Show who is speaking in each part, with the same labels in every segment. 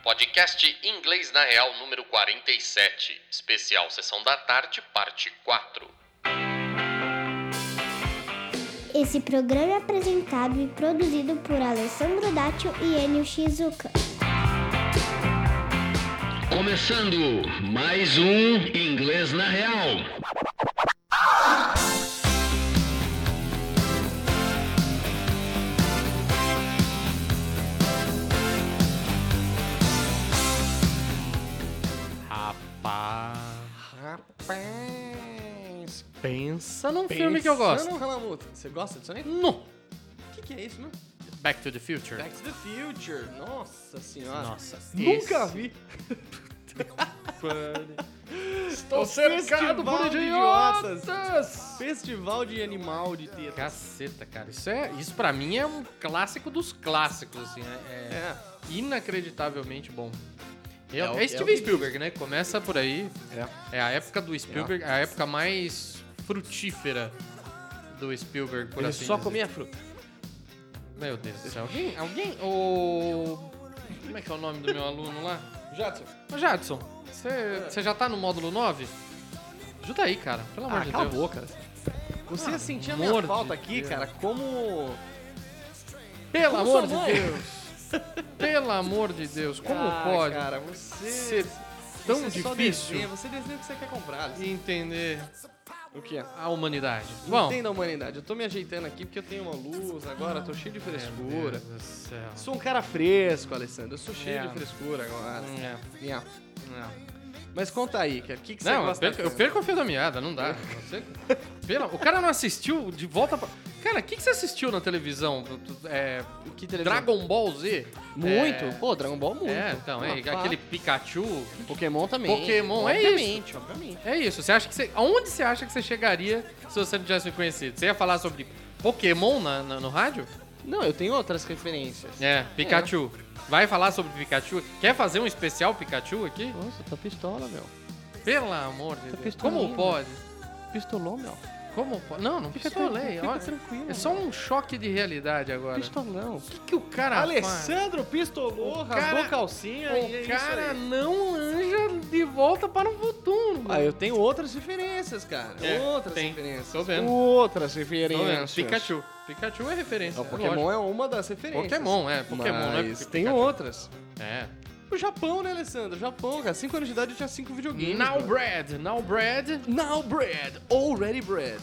Speaker 1: Podcast Inglês na Real número 47, especial Sessão da Tarde, parte 4.
Speaker 2: Esse programa é apresentado e produzido por Alessandro Dátio e Enio Shizuka.
Speaker 3: Começando mais um Inglês na Real.
Speaker 4: Rapaz,
Speaker 5: Pensa num filme que eu gosto.
Speaker 4: Pensa no Halamuta. Você gosta disso aí?
Speaker 5: No
Speaker 4: O que é isso, né?
Speaker 5: Back to the Future.
Speaker 4: Back to the Future. Nossa senhora.
Speaker 5: Nossa,
Speaker 4: Nunca
Speaker 5: esse-
Speaker 4: vi.
Speaker 5: Estou
Speaker 4: Festival
Speaker 5: cercado por
Speaker 4: de
Speaker 5: idiotas.
Speaker 4: Festival de animal de teta.
Speaker 5: Caceta, cara. Isso pra mim é um clássico dos clássicos, assim. É inacreditavelmente bom. É Steven Spielberg, né? Começa por aí. É a época do Spielberg, a época mais frutífera do Spielberg, por
Speaker 4: Ele
Speaker 5: assim
Speaker 4: só
Speaker 5: dizer.
Speaker 4: comia fruta.
Speaker 5: Meu Deus do céu. Alguém? Como é que é o nome do meu aluno lá?
Speaker 4: Jadson.
Speaker 5: Ô, Jadson, você já tá no módulo 9? Ajuda aí, cara. Pelo amor de
Speaker 4: cala
Speaker 5: Deus.
Speaker 4: a boca. Você ia sentir a minha
Speaker 5: amor de
Speaker 4: falta aqui,
Speaker 5: Deus.
Speaker 4: cara, como...
Speaker 5: Pelo
Speaker 4: Como
Speaker 5: amor de
Speaker 4: sua mãe.
Speaker 5: Deus. Pelo amor de Deus. Como pode
Speaker 4: cara, você...
Speaker 5: ser tão
Speaker 4: você só
Speaker 5: difícil
Speaker 4: desenha, você desenha o que você quer comprar.
Speaker 5: entender
Speaker 4: O que é?
Speaker 5: a humanidade? Bom,
Speaker 4: Entenda a humanidade. Eu tô me ajeitando aqui porque eu tenho uma luz agora, tô cheio de
Speaker 5: meu
Speaker 4: frescura.
Speaker 5: Deus do céu.
Speaker 4: Sou um cara fresco, Alessandro. Eu sou cheio
Speaker 5: É.
Speaker 4: de frescura agora.
Speaker 5: É,
Speaker 4: Yeah.
Speaker 5: não.
Speaker 4: Mas conta aí, cara. O que você
Speaker 5: Não, eu
Speaker 4: gosta
Speaker 5: perco o fio da meada, não dá. O cara não assistiu de volta pra... Cara, o que você assistiu na televisão?
Speaker 4: Que televisão?
Speaker 5: Dragon Ball Z?
Speaker 4: Muito?
Speaker 5: É,
Speaker 4: Pô, Dragon Ball muito.
Speaker 5: então,
Speaker 4: Ah, pá.
Speaker 5: aquele Pikachu.
Speaker 4: Pokémon também.
Speaker 5: Pokémon, é
Speaker 4: obviamente, obviamente.
Speaker 5: É isso. Você acha que aonde você acha que você chegaria se você não tivesse me conhecido? Você ia falar sobre Pokémon no rádio?
Speaker 4: Não, eu tenho outras referências.
Speaker 5: Pikachu. Vai falar sobre Pikachu? Quer fazer um especial Pikachu aqui?
Speaker 4: Nossa, tá pistola, meu.
Speaker 5: Pelo amor de Deus.
Speaker 4: pistolinha,
Speaker 5: Como pode?
Speaker 4: Pistolou, meu.
Speaker 5: Como pode? Não pistolei.
Speaker 4: Fica
Speaker 5: Olha,
Speaker 4: tranquilo.
Speaker 5: é só um choque de realidade agora.
Speaker 4: Pistolão.
Speaker 5: O que o cara faz?
Speaker 4: Alessandro pistolou,
Speaker 5: O cara-
Speaker 4: rasgou calcinha e é
Speaker 5: O
Speaker 4: isso
Speaker 5: cara
Speaker 4: aí.
Speaker 5: não anja de volta para o futuro.
Speaker 4: Ah, eu tenho outras referências, cara.
Speaker 5: É,
Speaker 4: outras
Speaker 5: tem.
Speaker 4: referências.
Speaker 5: Tô vendo.
Speaker 4: Outras
Speaker 5: Tô vendo.
Speaker 4: referências.
Speaker 5: Pikachu. Pikachu é referência.
Speaker 4: O Pokémon é uma das referências.
Speaker 5: Pokémon, Pokémon, não é
Speaker 4: Mas
Speaker 5: porque
Speaker 4: tem
Speaker 5: Pikachu.
Speaker 4: outras.
Speaker 5: É.
Speaker 4: O Japão, né, Alessandro? O Japão, cara. 5 anos de idade eu tinha 5 videogames.
Speaker 5: Now
Speaker 4: bro.
Speaker 5: bread.
Speaker 4: Now bread. Already bread.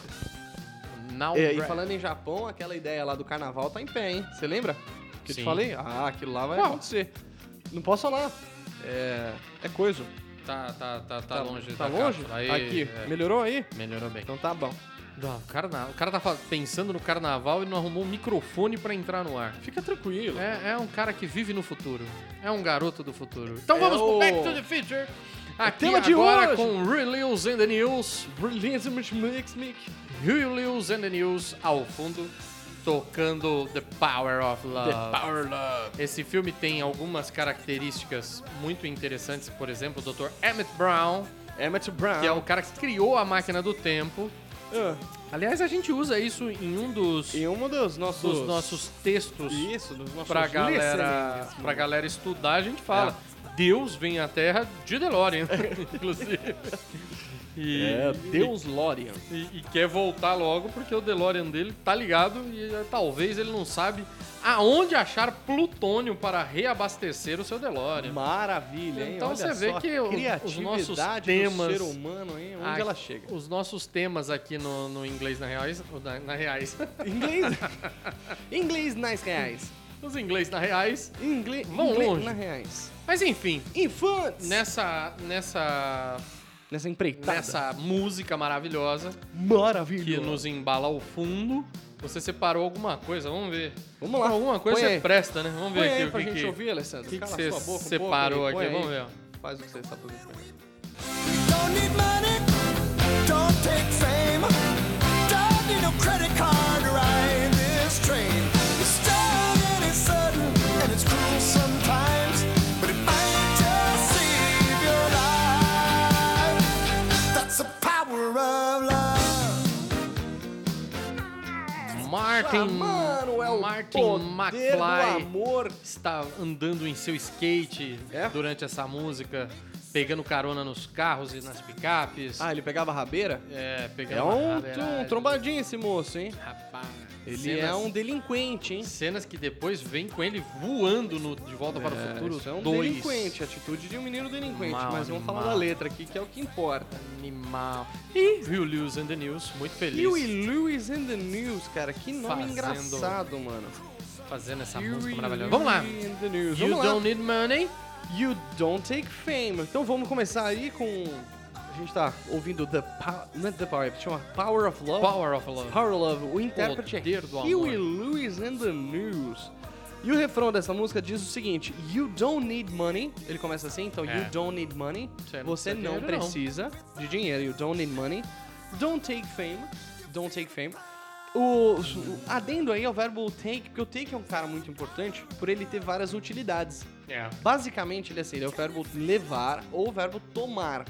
Speaker 5: Now
Speaker 4: E
Speaker 5: bread.
Speaker 4: falando em Japão, aquela ideia lá do carnaval tá em pé, hein? Você lembra? Que eu
Speaker 5: Sim.
Speaker 4: te falei? Ah, aquilo lá vai
Speaker 5: Qual?
Speaker 4: acontecer. Não posso falar. É coisa.
Speaker 5: Tá longe.
Speaker 4: Tá
Speaker 5: da
Speaker 4: longe?
Speaker 5: cápsula. Aí,
Speaker 4: Aqui. Melhorou aí?
Speaker 5: Melhorou bem.
Speaker 4: Então tá bom.
Speaker 5: Não, o cara tá pensando no carnaval e não arrumou um microfone pra entrar no ar.
Speaker 4: Fica tranquilo.
Speaker 5: É um cara que vive no futuro. É um garoto do futuro. Então
Speaker 4: É
Speaker 5: vamos pro
Speaker 4: o-
Speaker 5: Back to the Future. Aqui
Speaker 4: tema de
Speaker 5: agora
Speaker 4: hoje.
Speaker 5: com Release in the News.
Speaker 4: Brilliant Mix.
Speaker 5: Release in the News ao fundo, tocando The Power of Love.
Speaker 4: Power Love.
Speaker 5: Esse filme tem algumas características muito interessantes. Por exemplo, o Dr. Emmett Brown,
Speaker 4: Emmett Brown.
Speaker 5: que é o cara que criou a máquina do tempo. Aliás, a gente usa isso em um dos
Speaker 4: E um dos
Speaker 5: nossos textos
Speaker 4: Isso, dos nossos
Speaker 5: pra galera,
Speaker 4: listenings,
Speaker 5: pra galera estudar. A gente fala, Deus vem à Terra de DeLorean, inclusive.
Speaker 4: Deus Lorian.
Speaker 5: E quer voltar logo porque o DeLorean dele tá ligado e talvez ele não sabe aonde achar plutônio para reabastecer o seu DeLorean.
Speaker 4: Maravilha, hein?
Speaker 5: Então
Speaker 4: Olha
Speaker 5: você vê
Speaker 4: só,
Speaker 5: que
Speaker 4: a
Speaker 5: os
Speaker 4: criatividade
Speaker 5: nossos temas-
Speaker 4: do ser humano, hein? Onde ela chega.
Speaker 5: Os nossos temas aqui no Inglês na Reais, na Reais.
Speaker 4: Inglês. Inglês nas reais.
Speaker 5: Os Inglês na Reais.
Speaker 4: Inglês
Speaker 5: Vão longe.
Speaker 4: nas reais.
Speaker 5: Mas enfim,
Speaker 4: Infantes.
Speaker 5: nessa
Speaker 4: Nessa
Speaker 5: música maravilhosa que
Speaker 4: maravilhosa.
Speaker 5: nos embala ao fundo, você separou alguma coisa, vamos ver.
Speaker 4: Vamos lá.
Speaker 5: Alguma coisa
Speaker 4: Põe
Speaker 5: você
Speaker 4: aí.
Speaker 5: presta, né? Vamos ver
Speaker 4: Põe
Speaker 5: aqui
Speaker 4: aí
Speaker 5: o
Speaker 4: pra
Speaker 5: que
Speaker 4: gente
Speaker 5: que,
Speaker 4: ouvir, Alessandro.
Speaker 5: o que
Speaker 4: Cala
Speaker 5: você
Speaker 4: sua boca um pouco
Speaker 5: separou
Speaker 4: aí, põe
Speaker 5: aqui,
Speaker 4: aí.
Speaker 5: vamos ver.
Speaker 4: Faz o que você está fazendo.
Speaker 6: Don't need money, don't take fame, don't need no credit card to ride this train. It's strong and it's sudden and it's cruel sometimes, but it might just save your life. That's the power of love.
Speaker 5: Martin
Speaker 4: Chamando é o
Speaker 5: Martin
Speaker 4: poder
Speaker 5: McFly
Speaker 4: do amor.
Speaker 5: está andando em seu skate durante essa música, pegando carona nos carros e nas picapes.
Speaker 4: Ah, ele pegava a rabeira?
Speaker 5: Pegando
Speaker 4: É
Speaker 5: uma
Speaker 4: um trombadinho esse moço, hein?
Speaker 5: Rapaz.
Speaker 4: Ele é um delinquente, hein?
Speaker 5: Cenas que depois vem com ele voando De Volta para o Futuro
Speaker 4: Isso é um
Speaker 5: 2.
Speaker 4: delinquente, atitude de um menino delinquente.
Speaker 5: Mal,
Speaker 4: mas vamos falar
Speaker 5: animal.
Speaker 4: da letra aqui, que é o que importa.
Speaker 5: Animal. E Huey Lewis and the News, muito feliz.
Speaker 4: Huey Lewis and the News, cara, que nome
Speaker 5: Fazendo-
Speaker 4: engraçado, mano.
Speaker 5: Fazendo essa
Speaker 4: Huey
Speaker 5: música maravilhosa. Vamos lá.
Speaker 4: Lewis and the News.
Speaker 5: You
Speaker 4: Vamos lá.
Speaker 5: don't need money.
Speaker 4: You don't take fame. Então vamos começar aí com... A gente tá ouvindo não é The Power, chama Power of Love.
Speaker 5: Power of Love.
Speaker 4: Power of Love. O intérprete é
Speaker 5: Poder do amor.
Speaker 4: Huey Lewis and the News. E o refrão dessa música diz o seguinte: You don't need money. Ele começa assim, então you don't need money. Você não precisa de dinheiro. You don't need money. Don't take fame. Don't take fame. O adendo aí ao verbo take, porque o take é um cara muito importante por ele ter várias utilidades. Basicamente, ele é assim, ele é o verbo levar ou o verbo tomar.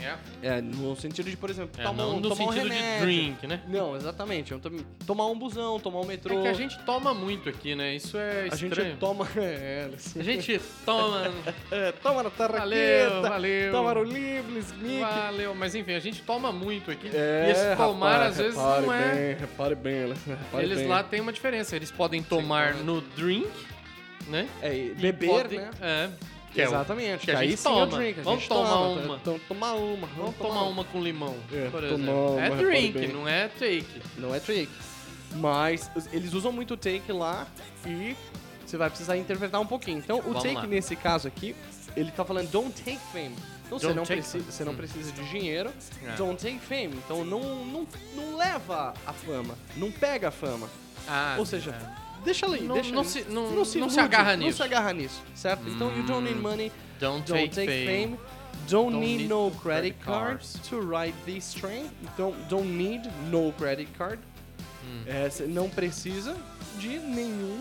Speaker 4: No sentido de, por exemplo,
Speaker 5: não no
Speaker 4: tomar um
Speaker 5: sentido de
Speaker 4: remédio.
Speaker 5: drink, né?
Speaker 4: Não, exatamente. Tomar um busão, tomar um metrô.
Speaker 5: É que a gente toma muito aqui, né? Isso é
Speaker 4: A
Speaker 5: estranho.
Speaker 4: gente toma...
Speaker 5: A gente toma...
Speaker 4: toma na
Speaker 5: Valeu, valeu.
Speaker 4: Toma no Livres, Mickey.
Speaker 5: Valeu, mas enfim, a gente toma muito aqui.
Speaker 4: É,
Speaker 5: e esse tomar,
Speaker 4: rapaz,
Speaker 5: às vezes,
Speaker 4: repare
Speaker 5: não é...
Speaker 4: bem, repare bem. Repare
Speaker 5: Eles
Speaker 4: bem.
Speaker 5: lá têm uma diferença. Eles podem tomar no drink, né?
Speaker 4: É,
Speaker 5: E
Speaker 4: beber,
Speaker 5: podem-
Speaker 4: né?
Speaker 5: Que é o-
Speaker 4: Exatamente.
Speaker 5: que a
Speaker 4: aí
Speaker 5: gente
Speaker 4: sim é o
Speaker 5: toma.
Speaker 4: drink, a
Speaker 5: Vamos
Speaker 4: gente
Speaker 5: tomar
Speaker 4: toma.
Speaker 5: uma.
Speaker 4: Então, tomar uma.
Speaker 5: Vamos tomar uma com limão, por
Speaker 4: tomar
Speaker 5: exemplo.
Speaker 4: uma,
Speaker 5: É
Speaker 4: repare
Speaker 5: drink,
Speaker 4: bem.
Speaker 5: não é take.
Speaker 4: Não é take. Mas eles usam muito o take lá e você vai precisar interpretar um pouquinho. Então, o
Speaker 5: Vamos
Speaker 4: take
Speaker 5: lá.
Speaker 4: nesse caso aqui, ele tá falando don't take fame. Então,
Speaker 5: Don't take
Speaker 4: você não precisa de dinheiro.
Speaker 5: É.
Speaker 4: Don't take fame. Então, não leva a fama. Não pega a fama. Ou seja, deixa ali.
Speaker 5: Não-
Speaker 4: deixa
Speaker 5: não
Speaker 4: ali.
Speaker 5: se- não-
Speaker 4: não se
Speaker 5: não se
Speaker 4: ilude,
Speaker 5: agarra
Speaker 4: Não
Speaker 5: nisso.
Speaker 4: se agarra nisso, certo? Então, you don't need money.
Speaker 5: don't
Speaker 4: Don't
Speaker 5: take fame.
Speaker 4: Don't
Speaker 5: Don't
Speaker 4: need
Speaker 5: need
Speaker 4: no
Speaker 5: credit
Speaker 4: credit card
Speaker 5: cards.
Speaker 4: to ride this train. Então, don't need no credit card. Você não precisa de nenhum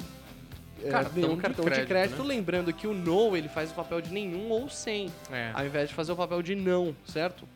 Speaker 4: cartão de crédito.
Speaker 5: né?
Speaker 4: Lembrando que o no, ele faz o papel de nenhum ou sem, ao invés de fazer o papel de não, certo?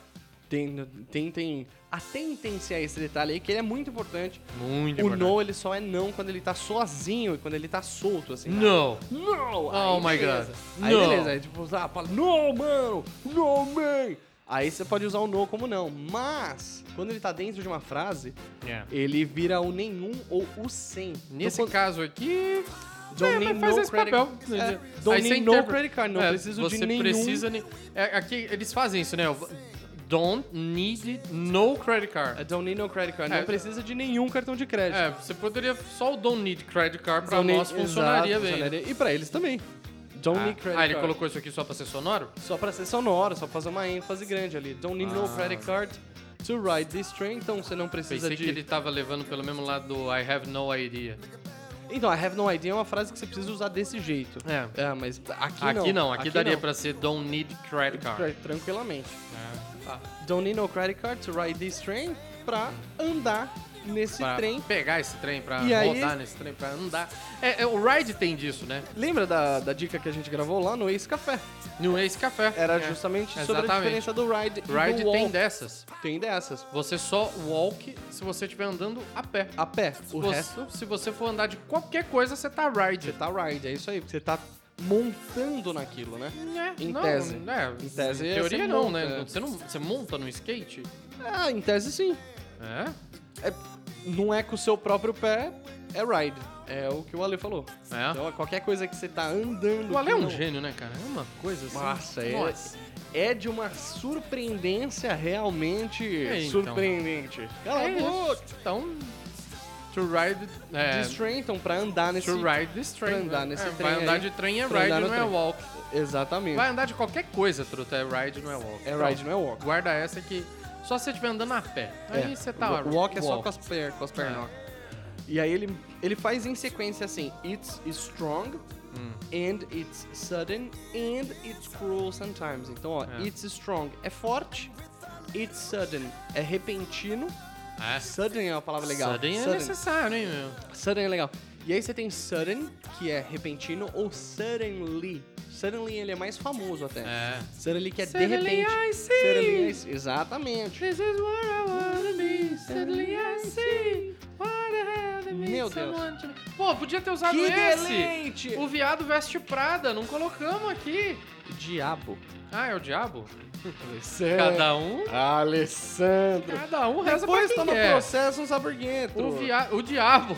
Speaker 4: Atentem-se a esse detalhe aí, que ele é muito importante.
Speaker 5: Muito
Speaker 4: O
Speaker 5: importante.
Speaker 4: no, ele só é não quando ele tá sozinho e quando ele tá solto, assim.
Speaker 5: No.
Speaker 4: No!
Speaker 5: Oh my
Speaker 4: beleza.
Speaker 5: God.
Speaker 4: Aí
Speaker 5: No.
Speaker 4: beleza, aí tipo, fala, no, mano! No, man! Aí você pode usar o no como não. Mas, quando ele tá dentro de uma frase, ele vira o nenhum ou o sem.
Speaker 5: Nesse
Speaker 4: então,
Speaker 5: caso aqui...
Speaker 4: don't
Speaker 5: mas
Speaker 4: need
Speaker 5: faz
Speaker 4: no
Speaker 5: esse
Speaker 4: credit
Speaker 5: papel.
Speaker 4: don't
Speaker 5: Aí
Speaker 4: need
Speaker 5: você
Speaker 4: no
Speaker 5: interpreta-
Speaker 4: credit card, não preciso de
Speaker 5: você
Speaker 4: nenhum.
Speaker 5: Precisa aqui eles fazem isso, né? Don't need no credit card.
Speaker 4: Don't need no credit card.
Speaker 5: É.
Speaker 4: Não precisa de nenhum cartão de crédito.
Speaker 5: Você poderia só o don't need credit card pra
Speaker 4: Don't need-
Speaker 5: nós funcionaria
Speaker 4: exato,
Speaker 5: bem.
Speaker 4: funcionaria. E pra eles também. Don't need credit
Speaker 5: ele
Speaker 4: card.
Speaker 5: colocou isso aqui só pra ser sonoro?
Speaker 4: Só pra ser sonoro, só pra fazer uma ênfase grande ali. Don't need no credit card to ride this train. Então você não precisa
Speaker 5: Pensei
Speaker 4: de...
Speaker 5: que ele tava levando pelo mesmo lado do I have no idea.
Speaker 4: Então, I have no idea é uma frase que você precisa usar desse jeito. Mas aqui não.
Speaker 5: Aqui daria pra ser don't need credit card.
Speaker 4: Tranquilamente. Don't need no credit card to ride this train pra andar nesse
Speaker 5: Pra
Speaker 4: trem.
Speaker 5: pegar esse trem, pra
Speaker 4: E aí-
Speaker 5: rodar nesse trem, pra andar. O Ride tem disso, né?
Speaker 4: Lembra da dica que a gente gravou lá no Ace Café?
Speaker 5: No Ace Café.
Speaker 4: Era justamente sobre a
Speaker 5: Exatamente.
Speaker 4: diferença do ride e
Speaker 5: Ride
Speaker 4: do walk.
Speaker 5: tem dessas.
Speaker 4: Tem dessas.
Speaker 5: Você só walk se você estiver andando a pé.
Speaker 4: A pé. O
Speaker 5: Você-
Speaker 4: resto,
Speaker 5: se você for andar de qualquer coisa, você tá ride.
Speaker 4: você tá ride. É isso aí. Você tá montando naquilo, né? Em
Speaker 5: Não,
Speaker 4: tese.
Speaker 5: Em
Speaker 4: tese é
Speaker 5: teoria
Speaker 4: você
Speaker 5: não,
Speaker 4: monta,
Speaker 5: né?
Speaker 4: é.
Speaker 5: Você monta no skate?
Speaker 4: Em tese sim. Não é com o seu próprio pé, é ride. É o que o Ale falou. Então, qualquer coisa que você tá andando...
Speaker 5: O Ale é
Speaker 4: que
Speaker 5: um
Speaker 4: não-
Speaker 5: gênio, né, cara? É uma coisa assim.
Speaker 4: Nossa, é de uma surpreendência realmente
Speaker 5: então.
Speaker 4: surpreendente. Cala a boca!
Speaker 5: Então, to ride...
Speaker 4: This train, então, pra andar nesse...
Speaker 5: to ride this train.
Speaker 4: pra andar nesse trem
Speaker 5: Vai andar
Speaker 4: aí,
Speaker 5: de trem é
Speaker 4: pra
Speaker 5: ride,
Speaker 4: andar no
Speaker 5: não é
Speaker 4: trem.
Speaker 5: walk.
Speaker 4: Exatamente.
Speaker 5: Vai andar de qualquer coisa, truta. É ride, não é walk.
Speaker 4: É
Speaker 5: Pronto.
Speaker 4: ride, não é walk.
Speaker 5: Guarda essa que só se você estiver andando a pé. Aí você tá...
Speaker 4: Walk é só com as pernas. E aí ele faz em sequência assim: it's strong, and it's sudden, and it's cruel sometimes. Então, ó, it's strong é forte, it's sudden é repentino. Sudden é uma palavra legal.
Speaker 5: Sudden é necessário, hein, meu?
Speaker 4: Sudden é legal. E aí você tem sudden, que é repentino, ou suddenly. Suddenly ele é mais famoso até. Suddenly que é
Speaker 5: Suddenly
Speaker 4: de repente.
Speaker 5: I see.
Speaker 4: Suddenly I see. Exatamente.
Speaker 5: This is where I wanna be. Suddenly I see.
Speaker 4: Meu Deus.
Speaker 5: Pô, podia ter usado
Speaker 4: Que
Speaker 5: esse.
Speaker 4: deleite!
Speaker 5: O viado veste Prada, não colocamos aqui.
Speaker 4: Diabo.
Speaker 5: Ah, é o diabo?
Speaker 4: Alessandro.
Speaker 5: Cada um
Speaker 4: Alessandro.
Speaker 5: reza
Speaker 4: Depois
Speaker 5: pra
Speaker 4: tá
Speaker 5: quem
Speaker 4: no
Speaker 5: quer.
Speaker 4: processo um saburguento.
Speaker 5: O diabo.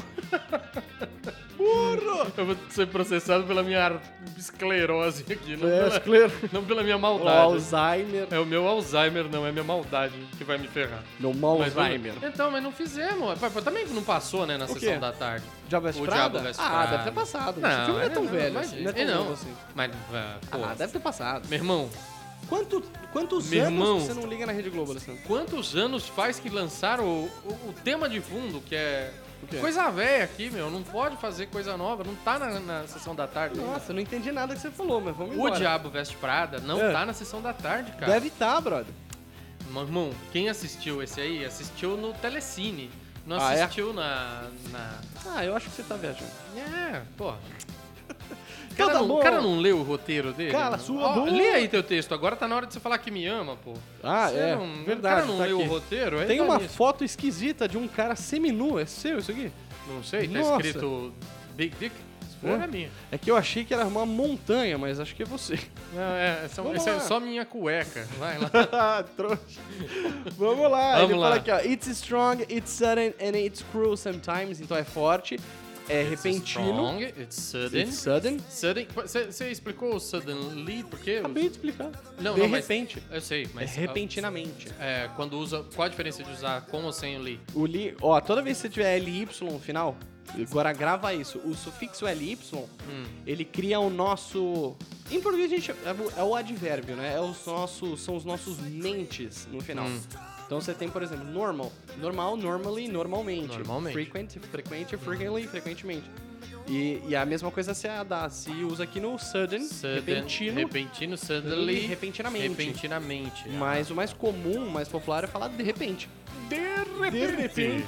Speaker 4: Burro!
Speaker 5: Eu vou ser processado pela minha esclerose aqui, não pela minha
Speaker 4: O
Speaker 5: maldade.
Speaker 4: Alzheimer.
Speaker 5: É o meu Alzheimer, não é minha maldade que vai me ferrar.
Speaker 4: Meu mal
Speaker 5: Mas
Speaker 4: Alzheimer.
Speaker 5: Mas não fizemos. Também não passou, né, na
Speaker 4: O quê?
Speaker 5: sessão da tarde.
Speaker 4: Diabo Veste
Speaker 5: O
Speaker 4: Prada?
Speaker 5: Diabo Veste
Speaker 4: Ah,
Speaker 5: Prada.
Speaker 4: deve ter passado.
Speaker 5: Não,
Speaker 4: Esse filme não é tão
Speaker 5: não,
Speaker 4: velho
Speaker 5: mas-
Speaker 4: assim. Não é tão
Speaker 5: não.
Speaker 4: novo assim.
Speaker 5: Mas, pô,
Speaker 4: Ah, deve ter passado.
Speaker 5: meu irmão,
Speaker 4: Quantos
Speaker 5: Meu
Speaker 4: anos
Speaker 5: irmão.
Speaker 4: você não liga na Rede Globo, Alessandro?
Speaker 5: quantos anos faz que lançaram o tema de fundo, que é
Speaker 4: O quê?
Speaker 5: coisa velha aqui, meu. Não pode fazer coisa nova, não tá na sessão da tarde. ainda.
Speaker 4: Nossa, eu não entendi nada que você falou, mas vamos
Speaker 5: O
Speaker 4: embora.
Speaker 5: Diabo Veste Prada não
Speaker 4: É.
Speaker 5: tá na sessão da tarde, cara.
Speaker 4: Deve estar, brother.
Speaker 5: Meu irmão, quem assistiu esse aí, assistiu no Telecine. Não
Speaker 4: Ah, é?
Speaker 5: assistiu na...
Speaker 4: Ah, eu acho que você tá viajando.
Speaker 5: É, porra.
Speaker 4: Então tá bom.
Speaker 5: O cara não leu o roteiro dele?
Speaker 4: Cala
Speaker 5: mano?
Speaker 4: sua
Speaker 5: Ó,
Speaker 4: boca.
Speaker 5: lê aí teu texto. Agora tá na hora de você falar que me ama, pô.
Speaker 4: Ah,
Speaker 5: Você
Speaker 4: é.
Speaker 5: não-
Speaker 4: Verdade.
Speaker 5: O cara não
Speaker 4: tá
Speaker 5: leu
Speaker 4: aqui.
Speaker 5: o roteiro? Aí
Speaker 4: Tem
Speaker 5: tá
Speaker 4: uma
Speaker 5: nisso.
Speaker 4: foto esquisita de um cara seminu. É seu isso aqui?
Speaker 5: Não sei, tá
Speaker 4: Nossa.
Speaker 5: escrito Big Dick.
Speaker 4: Hã?
Speaker 5: Era minha.
Speaker 4: É que eu achei que era uma montanha, mas acho que é você.
Speaker 5: Não,
Speaker 4: Vamos
Speaker 5: essa é
Speaker 4: lá.
Speaker 5: só minha cueca. Vai lá.
Speaker 4: Trouxa. Vamos lá.
Speaker 5: Vamos
Speaker 4: Ele
Speaker 5: lá.
Speaker 4: fala aqui, ó. It's strong, it's sudden, and it's cruel sometimes. Então é forte, é repentino.
Speaker 5: Strong, it's sudden.
Speaker 4: It's sudden.
Speaker 5: Sudden. Você explicou o suddenly? Por quê?
Speaker 4: Acabei de explicar.
Speaker 5: Não,
Speaker 4: de
Speaker 5: não, mas-
Speaker 4: repente.
Speaker 5: Eu sei, mas...
Speaker 4: é repentinamente.
Speaker 5: Quando usa... Qual a diferença de usar com ou sem o li?
Speaker 4: O li, ó, toda vez que você tiver LY no final, agora grava isso. O sufixo LY, ele cria o nosso... Em português a gente é o advérbio, né? São os nossos mentes no final. Então você tem, por exemplo, normal. Normal, normally, normalmente.
Speaker 5: Normalmente.
Speaker 4: Frequent, frequente, frequently, frequentemente. E a mesma coisa se usa aqui no sudden, repentino,
Speaker 5: Repentino, suddenly.
Speaker 4: e repentinamente.
Speaker 5: Repentinamente.
Speaker 4: Mas o mais comum, o mais popular é falar de repente. De repente.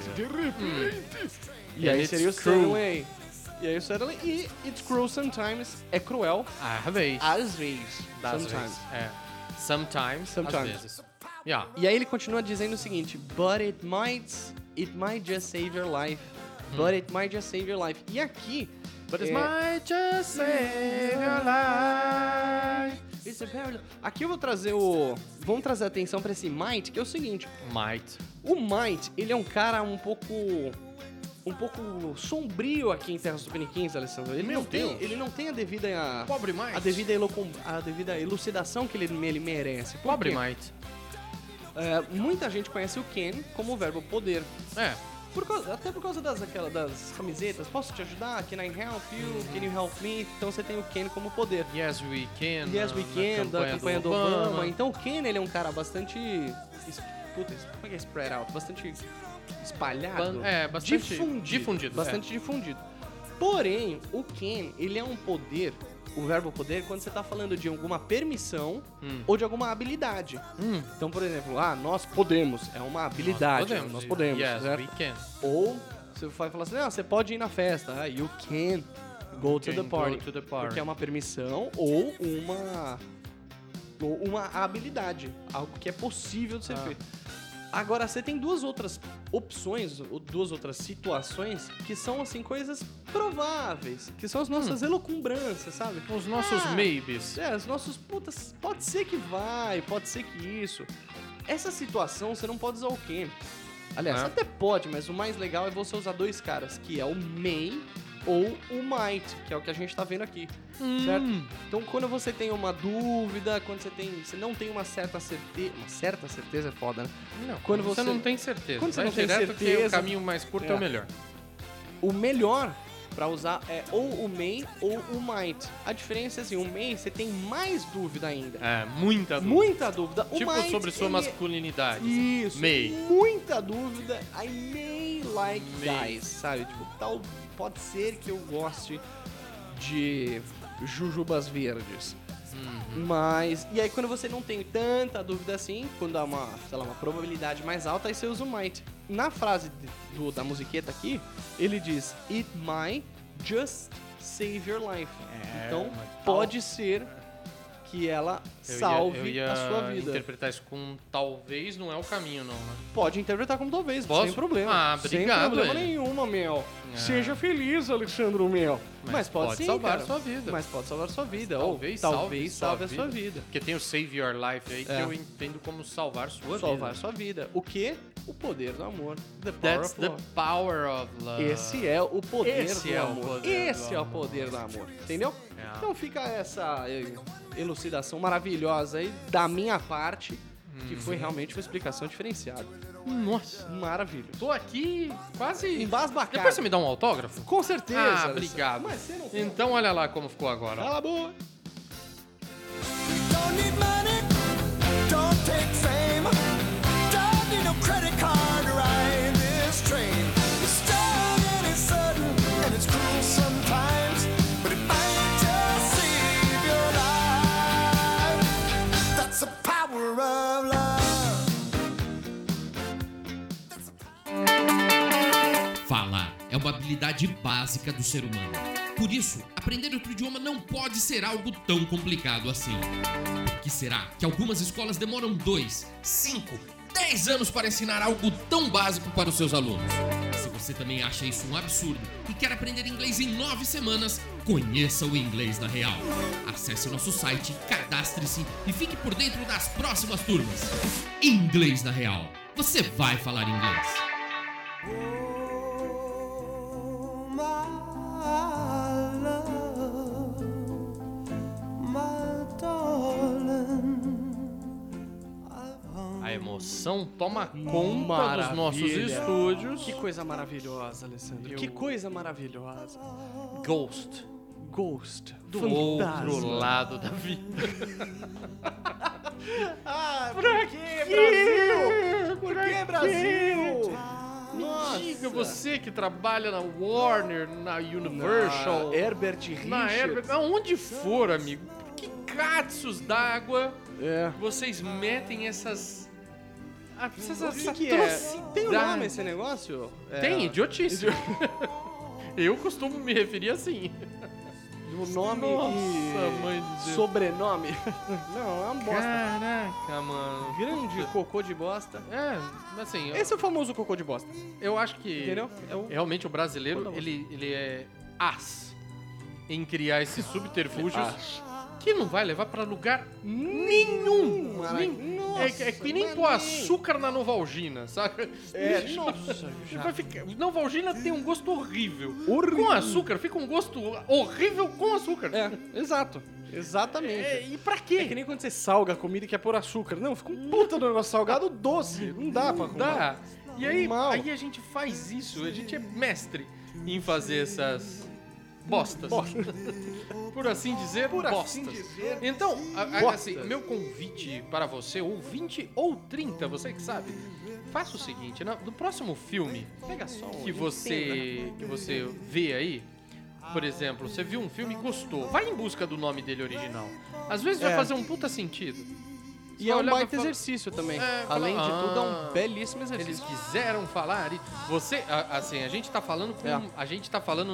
Speaker 4: E
Speaker 5: And
Speaker 4: aí
Speaker 5: it's
Speaker 4: seria o
Speaker 5: cruel.
Speaker 4: suddenly. E aí o suddenly. E it's cruel sometimes. É cruel.
Speaker 5: Às vezes.
Speaker 4: Às vezes.
Speaker 5: Das
Speaker 4: Sometimes.
Speaker 5: vezes. É. Sometimes.
Speaker 4: Sometimes.
Speaker 5: Às vezes. Yeah.
Speaker 4: E aí ele continua dizendo o seguinte: But it might just save your life. But it might just save your life. E aqui.
Speaker 5: But it
Speaker 4: é,
Speaker 5: might just save your life.
Speaker 4: it's a parallel. Aqui eu vou trazer vamos trazer atenção pra esse might, que é o seguinte.
Speaker 5: Might.
Speaker 4: O Might, ele é um cara um pouco sombrio aqui em Terras Tupiniquins, Alessandro.
Speaker 5: Meu Deus.
Speaker 4: Ele não tem a devida
Speaker 5: Pobre Might.
Speaker 4: a devida elucidação que ele merece. Por
Speaker 5: Pobre
Speaker 4: quê?
Speaker 5: Might.
Speaker 4: Muita gente conhece o Ken como o verbo poder.
Speaker 5: É.
Speaker 4: Até por causa das camisetas. Posso te ajudar? Can I help you? Can you help me? Então você tem o Ken como poder.
Speaker 5: Yes, we can.
Speaker 4: Yes, we can, da campanha do Obama. Então o Ken, ele é um cara bastante... como é que é spread out? Bastante espalhado.
Speaker 5: Bastante difundido.
Speaker 4: Bastante difundido. Porém, o Ken, ele é um poder, o verbo poder, quando você tá falando de alguma permissão ou de alguma habilidade. Então, por exemplo, nós podemos, é uma habilidade. Nós podemos,
Speaker 5: Yes,
Speaker 4: certo?
Speaker 5: we can.
Speaker 4: Ou você vai falar assim, não, você pode ir na festa. You can go to the party.
Speaker 5: Go to the party.
Speaker 4: Porque é uma permissão ou uma habilidade. Algo que é possível de ser feito. Agora, você tem duas outras opções, ou duas outras situações que são, assim, coisas prováveis. Que são as nossas elocumbranças, sabe?
Speaker 5: Os nossos maybes.
Speaker 4: Os nossos putas, pode ser que vai, pode ser que isso. Essa situação, você não pode usar o Ken. Aliás,
Speaker 5: É.
Speaker 4: até pode, mas o mais legal é você usar dois caras, que é o may ou o might, que é o que a gente tá vendo aqui, certo? Então, quando você tem uma dúvida, quando você não tem uma certa certeza é foda, né?
Speaker 5: Não,
Speaker 4: Quando
Speaker 5: você
Speaker 4: você-
Speaker 5: não tem certeza.
Speaker 4: quando você
Speaker 5: Vai
Speaker 4: não tem
Speaker 5: direto que o
Speaker 4: certeza-
Speaker 5: caminho mais curto é o melhor.
Speaker 4: O melhor pra usar é ou o may ou o might. A diferença é assim, o may você tem mais dúvida ainda.
Speaker 5: É, muita dúvida.
Speaker 4: Muita dúvida. O
Speaker 5: Tipo
Speaker 4: might,
Speaker 5: sobre sua
Speaker 4: ele-
Speaker 5: masculinidade.
Speaker 4: Isso.
Speaker 5: May.
Speaker 4: Muita dúvida. I may like
Speaker 5: May.
Speaker 4: guys, sabe? Tipo, pode ser que eu goste de jujubas verdes. Mas... E aí, quando você não tem tanta dúvida assim, quando há uma probabilidade mais alta, aí você usa o might. Na frase da musiqueta aqui, ele diz, it might just save your life. Então,
Speaker 5: mas
Speaker 4: pode ser que ela salve a sua vida.
Speaker 5: Interpretar isso com talvez não é o caminho, não, né?
Speaker 4: Pode interpretar como talvez,
Speaker 5: Posso?
Speaker 4: sem problema.
Speaker 5: Ah, obrigado,
Speaker 4: sem problema
Speaker 5: ele.
Speaker 4: nenhuma, Mel. Seja feliz, Alexandre Mel. Mas pode sim,
Speaker 5: salvar
Speaker 4: cara.
Speaker 5: a sua vida.
Speaker 4: Mas pode salvar a sua vida.
Speaker 5: Talvez
Speaker 4: salve a sua vida.
Speaker 5: Porque tem o Save Your Life aí, que eu entendo como salvar sua vida.
Speaker 4: Salvar sua vida. O quê? O poder do amor. The power
Speaker 5: That's
Speaker 4: of
Speaker 5: the
Speaker 4: love.
Speaker 5: power of love.
Speaker 4: Esse é o poder
Speaker 5: Esse
Speaker 4: do
Speaker 5: é o
Speaker 4: amor.
Speaker 5: poder
Speaker 4: Esse
Speaker 5: do
Speaker 4: é o poder do amor. Entendeu?
Speaker 5: É.
Speaker 4: Então fica essa elucidação maravilhosa aí da minha parte, que foi realmente uma explicação diferenciada.
Speaker 5: Nossa.
Speaker 4: Maravilhoso.
Speaker 5: Tô aqui quase...
Speaker 4: Embasbacado.
Speaker 5: Depois você me dá um autógrafo?
Speaker 4: Com certeza.
Speaker 5: Ah,
Speaker 4: Alessandro.
Speaker 5: obrigado.
Speaker 4: Mas você não...
Speaker 5: Então olha lá como ficou agora.
Speaker 4: Cala a boca.
Speaker 6: Don't need money, don't take fame, don't need no credit card to ride this train. It's strong and it's sudden and it's cruel sometimes, but it might just save your life. That's the power of love.
Speaker 7: Falar é uma habilidade básica do ser humano. Por isso, aprender outro idioma não pode ser algo tão complicado assim. Por que será que algumas escolas demoram 2, 5, 10 anos para ensinar algo tão básico para os seus alunos? Se você também acha isso um absurdo e quer aprender inglês em 9 semanas, conheça o Inglês na Real. Acesse nosso site, cadastre-se e fique por dentro das próximas turmas. Inglês na Real. Você vai falar inglês.
Speaker 5: A emoção toma conta dos nossos estúdios.
Speaker 4: Que coisa maravilhosa, Alessandro. Que coisa maravilhosa.
Speaker 5: Ghost.
Speaker 4: Ghost.
Speaker 5: Do
Speaker 4: Fantasma.
Speaker 5: outro lado da vida.
Speaker 4: Ah, por que, Brasil? Por que, Brasil? Nossa.
Speaker 5: Diga você que trabalha na Warner, na Universal,
Speaker 4: Herbert Richards.
Speaker 5: na Herbert, aonde for, amigo. Que catsos d'água
Speaker 4: É.
Speaker 5: vocês metem essas...
Speaker 4: O que é? Tem um nome esse negócio?
Speaker 5: Tem, idiotice. Eu costumo me referir assim.
Speaker 4: O nome
Speaker 5: Nossa, mãe de Deus.
Speaker 4: sobrenome? Não, é uma bosta.
Speaker 5: Caraca, mano.
Speaker 4: Grande cocô de bosta.
Speaker 5: É, assim,
Speaker 4: Esse é o famoso cocô de bosta.
Speaker 5: eu acho que
Speaker 4: Entendeu? É o...
Speaker 5: realmente o brasileiro,
Speaker 4: Toda
Speaker 5: ele é as em criar esses subterfúgios
Speaker 4: As.
Speaker 5: que não vai levar pra lugar nenhum.
Speaker 4: Nossa,
Speaker 5: É que nem
Speaker 4: mas
Speaker 5: pôr açúcar na Novalgina, saca?
Speaker 4: Nossa,
Speaker 5: Vai ficar... Novalgina tem um gosto horrível.
Speaker 4: Horrível.
Speaker 5: Com açúcar fica um gosto horrível com açúcar.
Speaker 4: É, exato. Exatamente.
Speaker 5: E pra quê?
Speaker 4: É que nem quando você salga a comida e quer pôr açúcar. Não, fica um puta do negócio salgado doce. Não dá pra comer.
Speaker 5: Dá. E aí,
Speaker 4: Mal.
Speaker 5: aí a gente faz isso, a gente é mestre em fazer essas bostas. Por assim dizer,
Speaker 4: Por
Speaker 5: bostas.
Speaker 4: assim dizer.
Speaker 5: Então,
Speaker 4: Bostas.
Speaker 5: assim, meu convite para você, ou 20 ou 30, você que sabe, faça o seguinte, no próximo filme
Speaker 4: Pega só
Speaker 5: que você vê aí, por exemplo, você viu um filme e gostou, vai em busca do nome dele original. Às vezes vai fazer um puta sentido. Você
Speaker 4: E
Speaker 5: vai
Speaker 4: é um
Speaker 5: olhar
Speaker 4: baita
Speaker 5: pra falar-
Speaker 4: exercício também.
Speaker 5: fala,
Speaker 4: Além de tudo, é um belíssimo
Speaker 5: Eles
Speaker 4: exercício.
Speaker 5: quiseram falar e você, assim, a gente tá falando a gente tá falando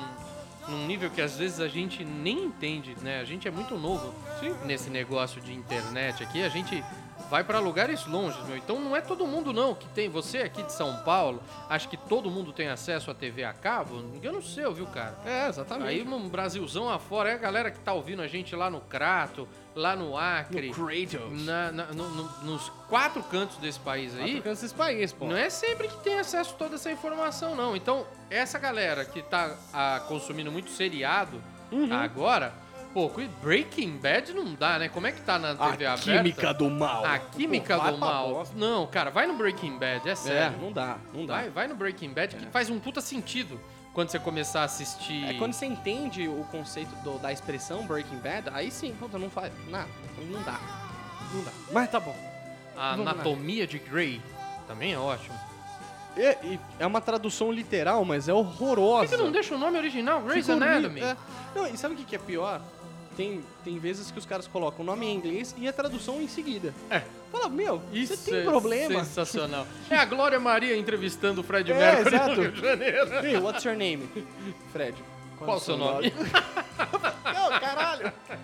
Speaker 5: num nível que às vezes a gente nem entende, né? A gente é muito novo nesse negócio de internet aqui, a gente vai pra lugares longes, meu. Então não é todo mundo não que tem, você aqui de São Paulo, acha que todo mundo tem acesso a TV a cabo? Engano seu, viu, cara?
Speaker 4: É, exatamente.
Speaker 5: Aí um Brasilzão afora, é a galera que tá ouvindo a gente lá no Crato, lá no Acre,
Speaker 4: Kratos.
Speaker 5: nos 4 cantos desse país aí.
Speaker 4: Quatro esses países, pô.
Speaker 5: Não é sempre que tem acesso a toda essa informação, não. Então, essa galera que tá consumindo muito seriado agora, pô, Breaking Bad não dá, né? Como é que tá na TV
Speaker 4: A
Speaker 5: aberta?
Speaker 4: química do mal.
Speaker 5: A química
Speaker 4: Vai
Speaker 5: do
Speaker 4: pra
Speaker 5: mal.
Speaker 4: bosta.
Speaker 5: Não, cara, vai no Breaking Bad, é
Speaker 4: É,
Speaker 5: sério.
Speaker 4: não dá.
Speaker 5: Vai no Breaking Bad que faz um puta sentido quando você começar a assistir.
Speaker 4: É quando você entende o conceito da expressão Breaking Bad, aí sim, puta, não faz nada. Não dá. Não dá. Mas tá bom.
Speaker 5: A
Speaker 4: Vamos lá.
Speaker 5: Anatomia de Grey também é ótimo.
Speaker 4: E é uma tradução literal, mas é horrorosa.
Speaker 5: Por que não deixa o nome original? Grey's
Speaker 4: Fica horrível.
Speaker 5: Anatomy.
Speaker 4: É. Não, e sabe o que é pior? Tem vezes que os caras colocam o nome em inglês e a tradução em seguida.
Speaker 5: É.
Speaker 4: Fala, meu,
Speaker 5: Isso
Speaker 4: você tem
Speaker 5: é
Speaker 4: problema?
Speaker 5: sensacional. É a Glória Maria entrevistando o Fred
Speaker 4: É,
Speaker 5: Mercury
Speaker 4: exato.
Speaker 5: no Rio de Janeiro.
Speaker 4: Hey, what's your name? Fred.
Speaker 5: Qual o seu nome?
Speaker 4: Não, caralho.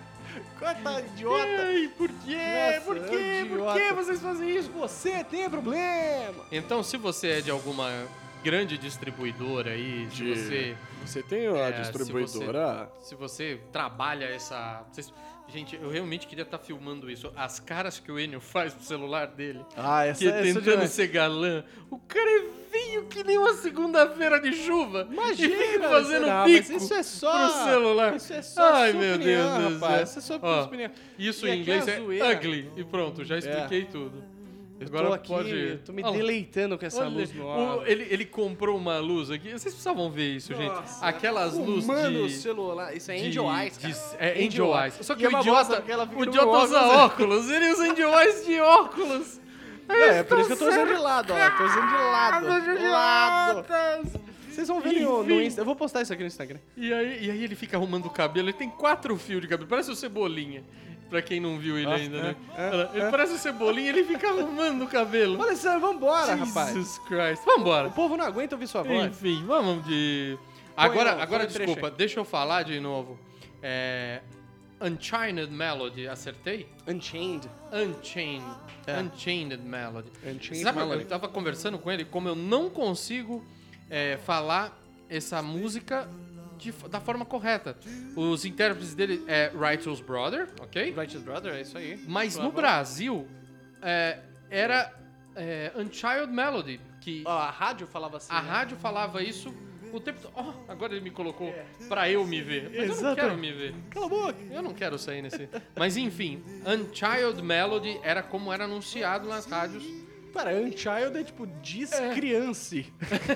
Speaker 4: Coitado, idiota.
Speaker 5: Ei, por quê?
Speaker 4: Nossa,
Speaker 5: Por quê? Por
Speaker 4: idiota.
Speaker 5: que vocês fazem isso?
Speaker 4: Você tem problema.
Speaker 5: Então, se você é de alguma grande distribuidora aí, se você...
Speaker 4: Você tem a distribuidora?
Speaker 5: Se você trabalha essa... Gente, eu realmente queria estar filmando isso. As caras que o Enio faz pro celular dele.
Speaker 4: Ah, essa
Speaker 5: que
Speaker 4: é
Speaker 5: tentando
Speaker 4: demais.
Speaker 5: ser galã. O cara é feio que nem uma segunda-feira de chuva.
Speaker 4: Imagina,
Speaker 5: E fica fazendo
Speaker 4: será?
Speaker 5: pico
Speaker 4: Mas isso é só...
Speaker 5: pro celular.
Speaker 4: Isso é só
Speaker 5: Ai,
Speaker 4: sua
Speaker 5: meu
Speaker 4: opinião,
Speaker 5: Deus do céu.
Speaker 4: rapaz. Isso é só
Speaker 5: Ó,
Speaker 4: sua opinião.
Speaker 5: Isso
Speaker 4: E
Speaker 5: em
Speaker 4: aqui
Speaker 5: inglês
Speaker 4: a
Speaker 5: é
Speaker 4: zoeira.
Speaker 5: ugly. E pronto, já expliquei tudo.
Speaker 4: Eu
Speaker 5: Agora
Speaker 4: tô aqui,
Speaker 5: pode...
Speaker 4: tô me
Speaker 5: Olha lá.
Speaker 4: deleitando com essa
Speaker 5: Olha,
Speaker 4: luz nova.
Speaker 5: ele comprou uma luz aqui. Vocês precisavam ver isso, gente.
Speaker 4: Nossa,
Speaker 5: Aquelas luzes
Speaker 4: Mano, o
Speaker 5: de...
Speaker 4: celular. Isso é
Speaker 5: de-
Speaker 4: Angel Eyes, cara.
Speaker 5: É Angel Eyes. Só que
Speaker 4: E é
Speaker 5: o
Speaker 4: uma
Speaker 5: idiota,
Speaker 4: bosta, porque ela fica
Speaker 5: o
Speaker 4: no
Speaker 5: idiota
Speaker 4: meu
Speaker 5: usa óculos. Ele usa Angel Eyes de óculos.
Speaker 4: É por isso que eu tô usando de lado, ó. Tô usando de lado. De lado. Vocês vão ver no
Speaker 5: Enfim.
Speaker 4: Insta. Eu vou postar isso aqui no Instagram.
Speaker 5: E aí ele fica arrumando o cabelo. Ele tem 4 fios de cabelo. Parece o Cebolinha. Pra quem não viu ele ainda, né? Ele parece o Cebolinha, ele fica arrumando o cabelo.
Speaker 4: Olha só, vambora, rapaz.
Speaker 5: Jesus Christ. Vambora.
Speaker 4: O povo não aguenta ouvir sua voz.
Speaker 5: Enfim, vamos de...
Speaker 4: Põe
Speaker 5: Agora
Speaker 4: o trecho
Speaker 5: desculpa,
Speaker 4: aí.
Speaker 5: deixa eu falar de novo. Unchained Melody, acertei?
Speaker 4: Unchained.
Speaker 5: Unchained.
Speaker 4: É.
Speaker 5: Unchained Melody.
Speaker 4: Unchained
Speaker 5: Sabe,
Speaker 4: Melody.
Speaker 5: eu tava conversando com ele, como eu não consigo falar essa música da forma correta. Os intérpretes dele é Righteous Brother, ok?
Speaker 4: Righteous Brother, é isso aí.
Speaker 5: Mas no
Speaker 4: Bravo.
Speaker 5: Brasil era Unchained Melody, que
Speaker 4: Ó, a rádio falava assim.
Speaker 5: a
Speaker 4: né?
Speaker 5: rádio falava isso o tempo todo. Oh, agora ele me colocou pra eu me ver. Mas eu não
Speaker 4: Exato.
Speaker 5: quero me ver.
Speaker 4: Cala a boca.
Speaker 5: Eu não quero sair nesse... Mas enfim, Unchained Melody era como era anunciado nas rádios.
Speaker 4: Para, Unchild é tipo descriance.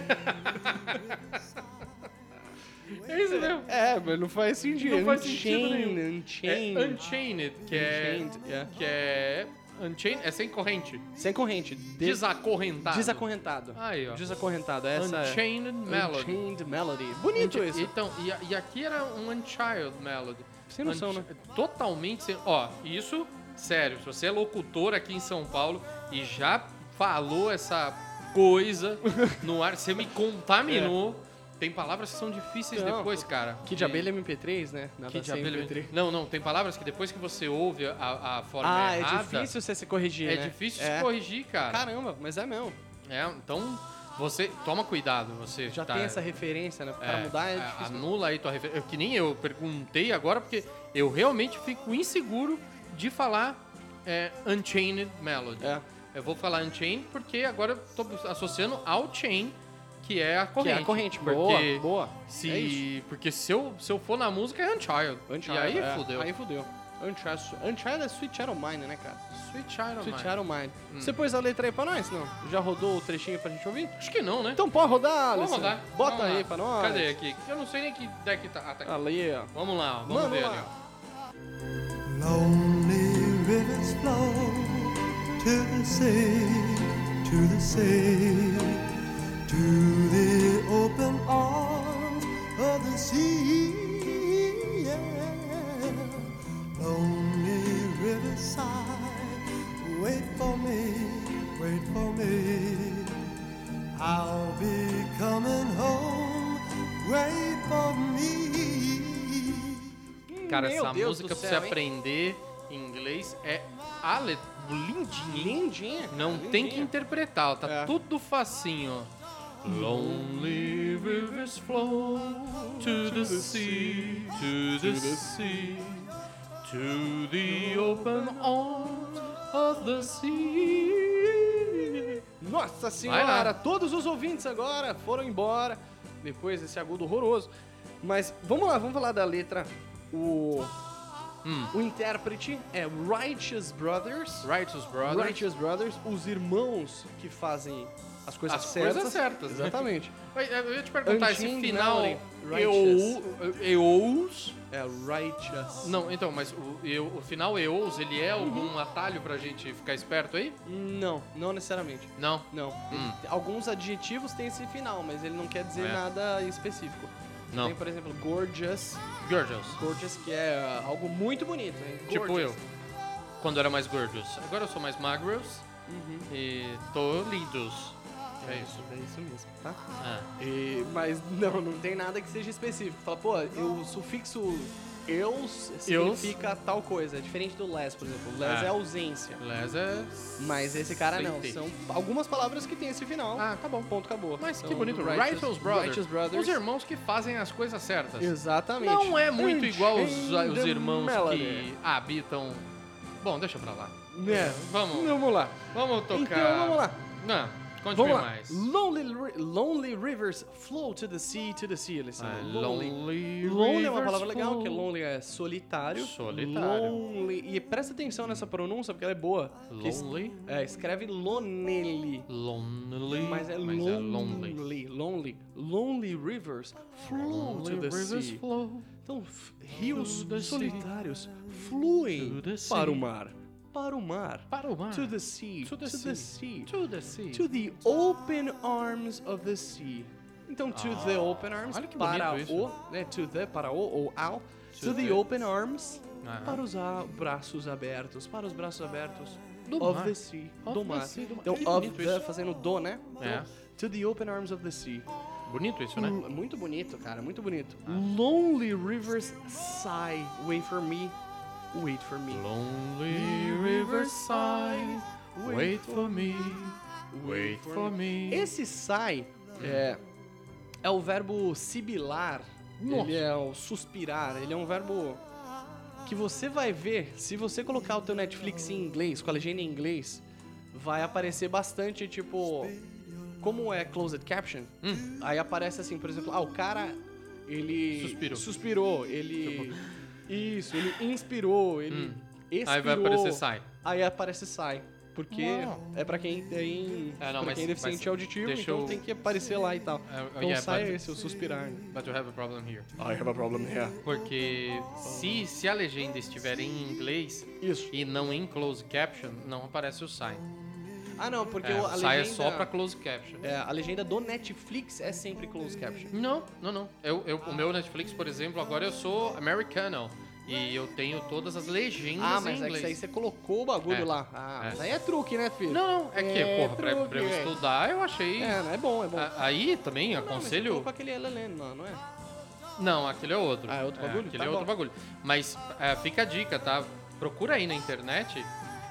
Speaker 5: É isso mesmo.
Speaker 4: É, mas não faz sentido.
Speaker 5: Não faz sentido nenhum.
Speaker 4: Unchained.
Speaker 5: Unchained, que é Unchained é sem corrente.
Speaker 4: Sem corrente.
Speaker 5: Desacorrentado.
Speaker 4: Desacorrentado.
Speaker 5: Aí, ó.
Speaker 4: Desacorrentado, essa
Speaker 5: Unchained
Speaker 4: é.
Speaker 5: Melody.
Speaker 4: Unchained Melody. Bonito isso.
Speaker 5: Então, e aqui era um Unchild Melody.
Speaker 4: Sem noção, né?
Speaker 5: Totalmente sem... Ó, isso, sério, se você é locutor aqui em São Paulo e já falou essa coisa no ar, você me contaminou. Tem palavras que são difíceis
Speaker 4: Não,
Speaker 5: depois, cara.
Speaker 4: Kid Abelha MP3, né? Nada
Speaker 5: Kid
Speaker 4: sem
Speaker 5: Abelha.
Speaker 4: MP3.
Speaker 5: Não, tem palavras que depois que você ouve a forma
Speaker 4: Ah, é
Speaker 5: errada...
Speaker 4: difícil você se corrigir,
Speaker 5: É
Speaker 4: né?
Speaker 5: difícil se corrigir, cara.
Speaker 4: Caramba, mas é mesmo.
Speaker 5: Então, você... Toma cuidado, você...
Speaker 4: Já
Speaker 5: tá-
Speaker 4: tem essa referência, né? Pra mudar é difícil.
Speaker 5: Anula aí tua referência. Que nem eu perguntei agora, porque eu realmente fico inseguro de falar Unchained Melody.
Speaker 4: É.
Speaker 5: Eu vou falar Unchained porque agora eu tô associando ao Chain, que é a corrente.
Speaker 4: Que é a corrente.
Speaker 5: Porque
Speaker 4: Boa.
Speaker 5: Se,
Speaker 4: É isso.
Speaker 5: porque se eu for na música é Unchild.
Speaker 4: Unchild,
Speaker 5: E aí
Speaker 4: é.
Speaker 5: fudeu.
Speaker 4: Aí fudeu. Unchild é Sweet Child of Mine, né, cara?
Speaker 5: Sweet Child of
Speaker 4: Sweet
Speaker 5: Mine.
Speaker 4: Child of Mine. Você pôs a letra aí pra nós? Não? Já rodou o trechinho pra gente ouvir?
Speaker 5: Acho que não, né?
Speaker 4: Então pode rodar,
Speaker 5: Vamos
Speaker 4: Alisson.
Speaker 5: rodar.
Speaker 4: Bota
Speaker 5: Vamos
Speaker 4: aí
Speaker 5: lá.
Speaker 4: pra nós.
Speaker 5: Cadê aqui? Eu não sei nem que deck tá. Ah, tá aqui.
Speaker 4: Ali, ó.
Speaker 5: Vamos lá, vamos
Speaker 4: Manda
Speaker 5: ver
Speaker 4: lá.
Speaker 5: ali, ó.
Speaker 6: Lonely rivers flow to the sea, to the sea, to the open arms of the sea. Yeah. Lonely riverside, wait for me, wait for me. I'll be coming home, wait for me.
Speaker 5: Cara,
Speaker 4: Meu
Speaker 5: essa
Speaker 4: Deus
Speaker 5: música
Speaker 4: do
Speaker 5: pra você
Speaker 4: céu, hein?
Speaker 5: aprender inglês é lindinha.
Speaker 4: Lindinha.
Speaker 5: Não
Speaker 4: lindinha.
Speaker 5: tem que interpretar, ó, tá
Speaker 4: É.
Speaker 5: tudo facinho, ó. Lonely rivers flow to the sea, to the sea, to the open arms of the sea.
Speaker 4: Nossa
Speaker 5: Vai
Speaker 4: senhora,
Speaker 5: lá.
Speaker 4: todos os ouvintes agora foram embora depois desse agudo horroroso. Mas vamos lá, vamos falar da letra. O intérprete é Righteous Brothers.
Speaker 5: Righteous Brothers.
Speaker 4: Righteous Brothers, os irmãos que fazem as coisas
Speaker 5: As
Speaker 4: certas.
Speaker 5: coisas certas, né?
Speaker 4: Exatamente.
Speaker 5: Eu ia te perguntar, esse
Speaker 4: Unchained
Speaker 5: final
Speaker 4: Melody, Righteous.
Speaker 5: EOS...
Speaker 4: É Righteous.
Speaker 5: Não, então, mas o final EOS, ele é algum atalho pra gente ficar esperto aí?
Speaker 4: Não, não necessariamente.
Speaker 5: Não.
Speaker 4: Não. Alguns adjetivos têm esse final, mas ele não quer dizer
Speaker 5: É.
Speaker 4: nada específico.
Speaker 5: Não.
Speaker 4: Tem, por exemplo, gorgeous.
Speaker 5: Gorgeous.
Speaker 4: Gorgeous, que é algo muito bonito, né?
Speaker 5: Tipo
Speaker 4: Gorgeous.
Speaker 5: eu, quando era mais gorgeous. Agora eu sou mais magros e tô lindos. É isso.
Speaker 4: É isso mesmo, tá?
Speaker 5: Ah.
Speaker 4: Mas não tem nada que seja específico. Fala, pô, o sufixo eus significa tal coisa. É diferente do less, por exemplo. Less é ausência.
Speaker 5: Less é...
Speaker 4: Mas esse cara não.
Speaker 5: Sem ter.
Speaker 4: São algumas palavras que tem esse final.
Speaker 5: Ah, acabou.
Speaker 4: Ponto, acabou.
Speaker 5: Mas que
Speaker 4: Então,
Speaker 5: bonito.
Speaker 4: Righteous
Speaker 5: Righteous Brothers. Os irmãos que fazem as coisas certas.
Speaker 4: Exatamente.
Speaker 5: Não é muito igual
Speaker 4: Unchained
Speaker 5: os irmãos
Speaker 4: Melody.
Speaker 5: que habitam... Bom, deixa pra lá.
Speaker 4: É. Vamos lá.
Speaker 5: Vamos tocar...
Speaker 4: Então, vamos lá.
Speaker 5: Não, continue
Speaker 4: Vamos lá.
Speaker 5: mais.
Speaker 4: Lonely rivers flow to the sea, Alessandro.
Speaker 5: Lonely
Speaker 4: Lonely é uma
Speaker 5: rivers
Speaker 4: palavra legal,
Speaker 5: flow.
Speaker 4: porque lonely é solitário.
Speaker 5: Solitário.
Speaker 4: Lonely. E presta atenção nessa pronúncia, porque ela é boa.
Speaker 5: Lonely.
Speaker 4: Escreve lonely.
Speaker 5: Lonely.
Speaker 4: Mas é lonely. Lonely rivers flow to the sea. Então, rios solitários fluem para o mar. Para o mar. To the sea. To the open arms of the sea. Então, to the open arms,
Speaker 5: olha que
Speaker 4: para
Speaker 5: bonito
Speaker 4: o, né? To the, para o ou ao. To the open arms, para os braços abertos. Para os braços abertos.
Speaker 5: Do
Speaker 4: of
Speaker 5: mar.
Speaker 4: the sea.
Speaker 5: Of
Speaker 4: Do
Speaker 5: the
Speaker 4: mar.
Speaker 5: sea, do mar.
Speaker 4: Então,
Speaker 5: Que
Speaker 4: of
Speaker 5: bonito
Speaker 4: the,
Speaker 5: isso.
Speaker 4: fazendo do, né?
Speaker 5: É.
Speaker 4: To the open arms of the sea.
Speaker 5: Bonito isso, né?
Speaker 4: Muito bonito, cara, muito bonito. Lonely rivers sigh, wait for me, wait for me.
Speaker 5: Lonely riverside, wait for me, wait for me.
Speaker 4: Esse sigh é o verbo sibilar, ele é o suspirar, ele é um verbo que você vai ver, se você colocar o teu Netflix em inglês, com a legenda em inglês, vai aparecer bastante, tipo... Como é closed caption, aí aparece assim, por exemplo, o cara, ele suspirou, ele... Isso, ele inspirou, ele expirou.
Speaker 5: Aí vai aparecer sai.
Speaker 4: Aí aparece sai, porque é pra quem tem... pra quem é deficiente auditivo, então tem que aparecer lá e tal. Então sai é esse, o suspirar.
Speaker 5: But you have a problem here.
Speaker 4: I have a problem here.
Speaker 5: Porque se a legenda estiver em inglês e não em closed caption, não aparece o sai.
Speaker 4: Ah, não, porque
Speaker 5: O
Speaker 4: a
Speaker 5: sai
Speaker 4: legenda...
Speaker 5: é só pra closed caption.
Speaker 4: a legenda do Netflix é sempre closed caption.
Speaker 5: Não. O meu Netflix, por exemplo, agora eu sou americano. E eu tenho todas as legendas
Speaker 4: Ah,
Speaker 5: em
Speaker 4: mas
Speaker 5: inglês.
Speaker 4: é que aí você colocou o bagulho lá. Mas aí é truque, né, filho?
Speaker 5: Não, é que, porra, pra eu
Speaker 4: truque,
Speaker 5: estudar eu achei...
Speaker 4: não, é bom, é bom.
Speaker 5: Aí também
Speaker 4: Mas você
Speaker 5: aconselho...
Speaker 4: colocou aquele LLN, não é?
Speaker 5: Não, aquele é outro.
Speaker 4: É outro bagulho?
Speaker 5: Aquele
Speaker 4: Tá
Speaker 5: é
Speaker 4: bom.
Speaker 5: outro bagulho. Mas fica a dica, tá? Procura aí na internet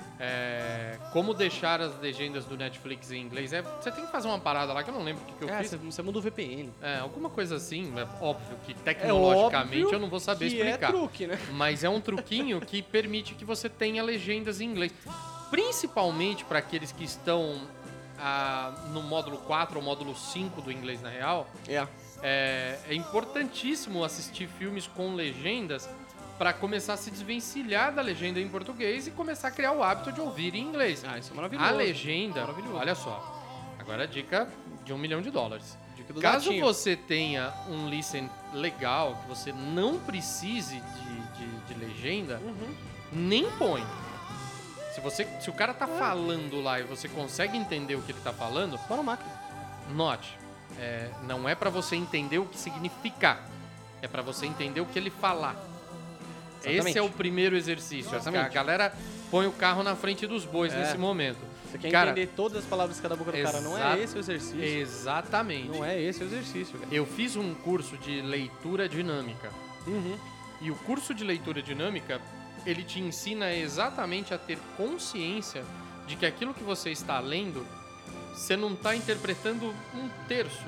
Speaker 5: como deixar as legendas do Netflix em inglês. Você tem que fazer uma parada lá que eu não lembro o que eu fiz.
Speaker 4: Você muda o VPN.
Speaker 5: Alguma coisa assim, óbvio que tecnologicamente
Speaker 4: óbvio
Speaker 5: eu não vou saber
Speaker 4: que
Speaker 5: explicar.
Speaker 4: É truque, né?
Speaker 5: Mas é um truquinho que permite que você tenha legendas em inglês. Principalmente para aqueles que estão no módulo 4 ou módulo 5 do Inglês na Real. É importantíssimo assistir filmes com legendas para começar a se desvencilhar da legenda em português e começar a criar o hábito de ouvir em inglês.
Speaker 4: Isso é maravilhoso.
Speaker 5: A legenda,
Speaker 4: maravilhoso.
Speaker 5: olha só, agora a dica de $1 milhão.
Speaker 4: Dica do
Speaker 5: Caso
Speaker 4: gatinho.
Speaker 5: você tenha um listen legal, que você não precise de legenda, nem põe. Se o cara tá falando lá e você consegue entender o que ele tá falando,
Speaker 4: Só no máquina.
Speaker 5: note, não é pra você entender o que significar, é pra você entender o que ele falar.
Speaker 4: Exatamente.
Speaker 5: Esse é o primeiro exercício. A galera põe o carro na frente dos bois nesse momento.
Speaker 4: Você quer
Speaker 5: Cara,
Speaker 4: entender todas as palavras de cada boca do cara. Não é esse o exercício.
Speaker 5: Exatamente.
Speaker 4: Não é esse o exercício, cara.
Speaker 5: Eu fiz um curso de leitura dinâmica. E o curso de leitura dinâmica, ele te ensina exatamente a ter consciência de que aquilo que você está lendo, você não está interpretando um terço.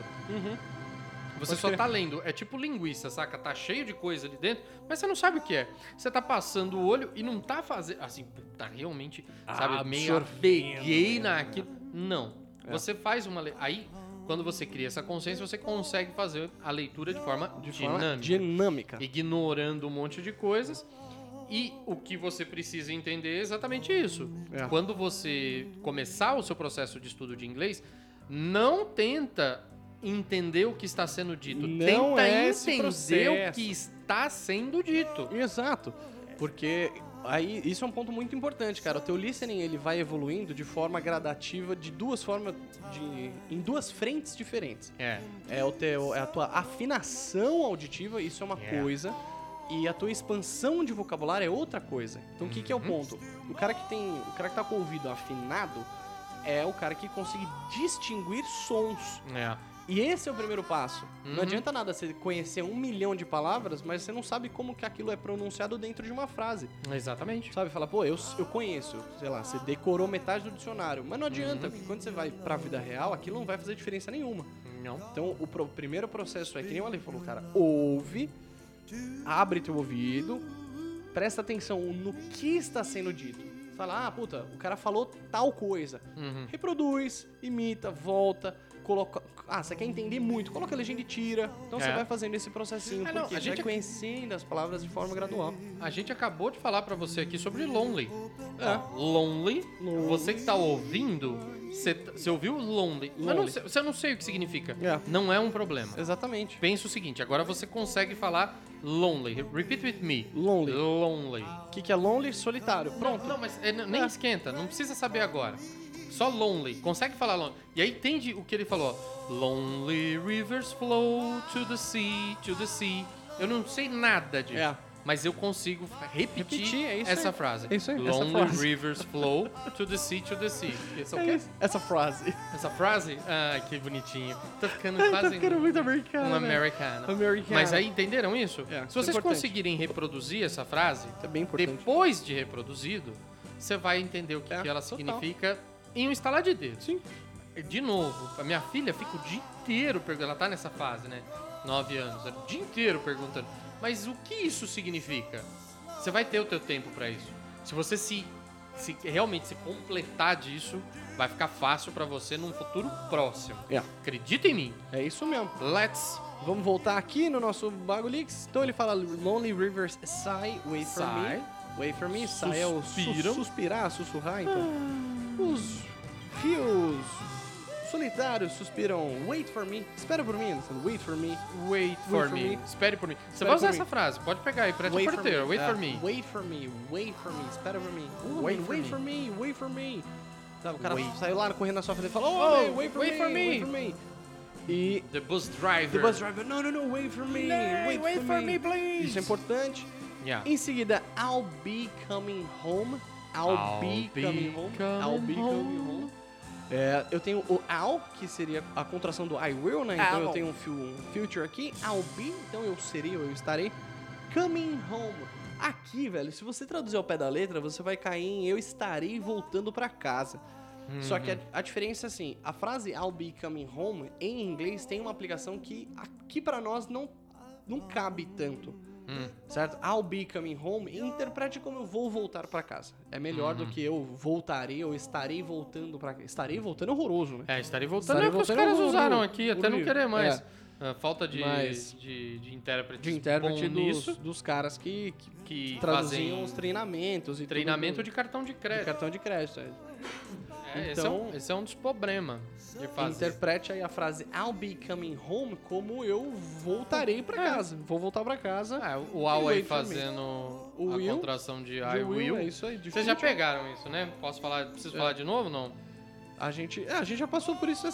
Speaker 5: Você só tá lendo. É tipo linguiça, saca? Tá cheio de coisa ali dentro, mas você não sabe o que é. Você tá passando o olho e não tá fazendo... Assim, tá realmente, sabe? Meio apeguei naquilo. Não. Você faz uma... Aí, quando você cria essa consciência, você consegue fazer a leitura de forma
Speaker 4: dinâmica.
Speaker 5: Ignorando um monte de coisas. E o que você precisa entender é exatamente isso. Quando você começar o seu processo de estudo de inglês, não tenta entender o que está sendo dito.
Speaker 4: Não
Speaker 5: Tenta
Speaker 4: é esse
Speaker 5: entender
Speaker 4: processo.
Speaker 5: o que está sendo dito.
Speaker 4: Exato. Porque aí isso é um ponto muito importante, cara. O teu listening ele vai evoluindo de forma gradativa, de duas formas, em duas frentes diferentes. É a tua afinação auditiva, isso é uma coisa, e a tua expansão de vocabulário é outra coisa. Então o que é o ponto? O cara que tá com o ouvido afinado é o cara que consegue distinguir sons. E esse é o primeiro passo. Não adianta nada você conhecer 1 milhão de palavras, mas você não sabe como que aquilo é pronunciado dentro de uma frase.
Speaker 5: Exatamente.
Speaker 4: Sabe, fala, pô, eu conheço, sei lá, você decorou metade do dicionário. Mas não adianta, porque quando você vai pra vida real, aquilo não vai fazer diferença nenhuma.
Speaker 5: Não.
Speaker 4: Então, o primeiro processo é que nem o Ale falou, cara, ouve, abre teu ouvido, presta atenção no que está sendo dito. Fala, puta, o cara falou tal coisa. Reproduz, imita, volta, coloca... você quer entender muito, coloca a legenda e tira. Então você vai fazendo esse processinho, porque a gente vai conhecendo as palavras de forma gradual.
Speaker 5: A gente acabou de falar pra você aqui sobre lonely. Lonely. Você que tá ouvindo, você ouviu lonely. Mas você não sei o que significa. Não é um problema.
Speaker 4: Exatamente.
Speaker 5: Pensa o seguinte, agora você consegue falar lonely. Repeat with me.
Speaker 4: Lonely.
Speaker 5: Lonely.
Speaker 4: O que é lonely? Solitário. Pronto.
Speaker 5: Não, mas nem esquenta. Não precisa saber agora. Só lonely. Consegue falar lonely. E aí entende o que ele falou. Lonely rivers flow to the sea, to the sea. Eu não sei nada disso. Mas eu consigo repetir essa frase.
Speaker 4: É isso aí.
Speaker 5: Lonely rivers flow to the sea, to the sea. Isso é o quê?
Speaker 4: Essa frase.
Speaker 5: Essa frase? Ah, que bonitinho. Tô ficando quase...
Speaker 4: Tô ficando muito americano.
Speaker 5: Um americano. Mas aí entenderam isso? Se vocês conseguirem reproduzir essa frase,
Speaker 4: é bem importante.
Speaker 5: Depois de reproduzido, você vai entender o que ela significa em um estalar de dedos.
Speaker 4: Sim.
Speaker 5: De novo, a minha filha fica o dia inteiro perguntando. Ela tá nessa fase, né? 9 anos. O dia inteiro perguntando. Mas o que isso significa? Você vai ter o teu tempo pra isso. Se você se realmente se completar disso, vai ficar fácil pra você num futuro próximo. Acredita em mim.
Speaker 4: É isso mesmo.
Speaker 5: Vamos
Speaker 4: voltar aqui no nosso Bagulix. Então ele fala Lonely rivers sigh, wait for me. Wait for me. Sigh é o suspirar, sussurrar. Então os rios solitários suspiram, wait for me. Espera por mim. Wait for me.
Speaker 5: Wait for me. Espere por mim. Você vai usar essa frase. Pode pegar aí pra te porteiro. Wait for me.
Speaker 4: Wait for me. Wait for me. Espera por mim. Wait for me. Wait for me. Sabe, o cara saiu lá correndo na sua frente e falou, wait for me. Wait for me. E
Speaker 5: The bus driver,
Speaker 4: no, wait for me.
Speaker 5: Wait for me, please.
Speaker 4: Isso é importante. Em seguida, I'll be coming home. I'll be coming home. Eu tenho o I'll, que seria a contração do I will, né? Então eu tenho um future aqui. I'll be, então eu serei ou eu estarei. Coming home. Aqui, velho, se você traduzir ao pé da letra, você vai cair em eu estarei voltando pra casa. Só que a diferença é assim, a frase I'll be coming home, em inglês, tem uma aplicação que aqui pra nós não cabe tanto. Certo? I'll be coming home, interprete como eu vou voltar pra casa. É melhor do que eu voltarei ou estarei voltando pra casa. Estarei voltando é horroroso, né?
Speaker 5: Estarei voltando é o que os caras usaram aqui, até não querer mais. Falta de intérprete
Speaker 4: dos caras que traduziam os treinamentos.
Speaker 5: Treinamento de cartão de crédito.
Speaker 4: Cartão de crédito,
Speaker 5: Então, esse é um dos problemas de fazer.
Speaker 4: Interprete aí a frase I'll be coming home como eu voltarei pra casa. Vou voltar pra casa.
Speaker 5: O I'll aí fazendo a contração de I will.
Speaker 4: É isso aí.
Speaker 5: Vocês já pegaram isso, né? Preciso falar de novo ou não?
Speaker 4: A gente já passou por isso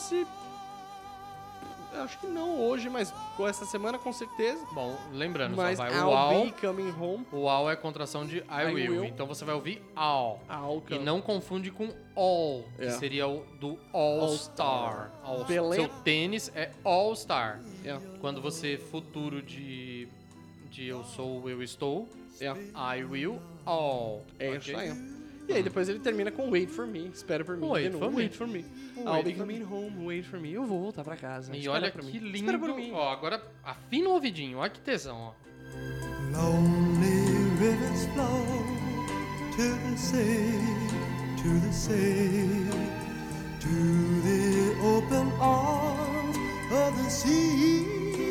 Speaker 4: acho que não hoje, mas com essa semana com certeza.
Speaker 5: Bom, lembrando,
Speaker 4: mas
Speaker 5: só vai
Speaker 4: I'll be coming home.
Speaker 5: O I'll é a contração de I will. Então você vai ouvir I'll. E não confunde com all, que seria o do All-Star. Seu tênis é All-Star. Quando você futuro de eu sou, eu estou, I will all.
Speaker 4: Isso aí. E aí depois ele termina com wait for me, espera por mim. Wait for me. I'll be coming home, wait for me. Eu vou voltar pra casa.
Speaker 5: E olha que lindo. Espera por mim. Ó, agora afina o ouvidinho, olha que tesão, ó.
Speaker 6: Lonely rivers flow to the sea, to the sea, to the open arms of the sea.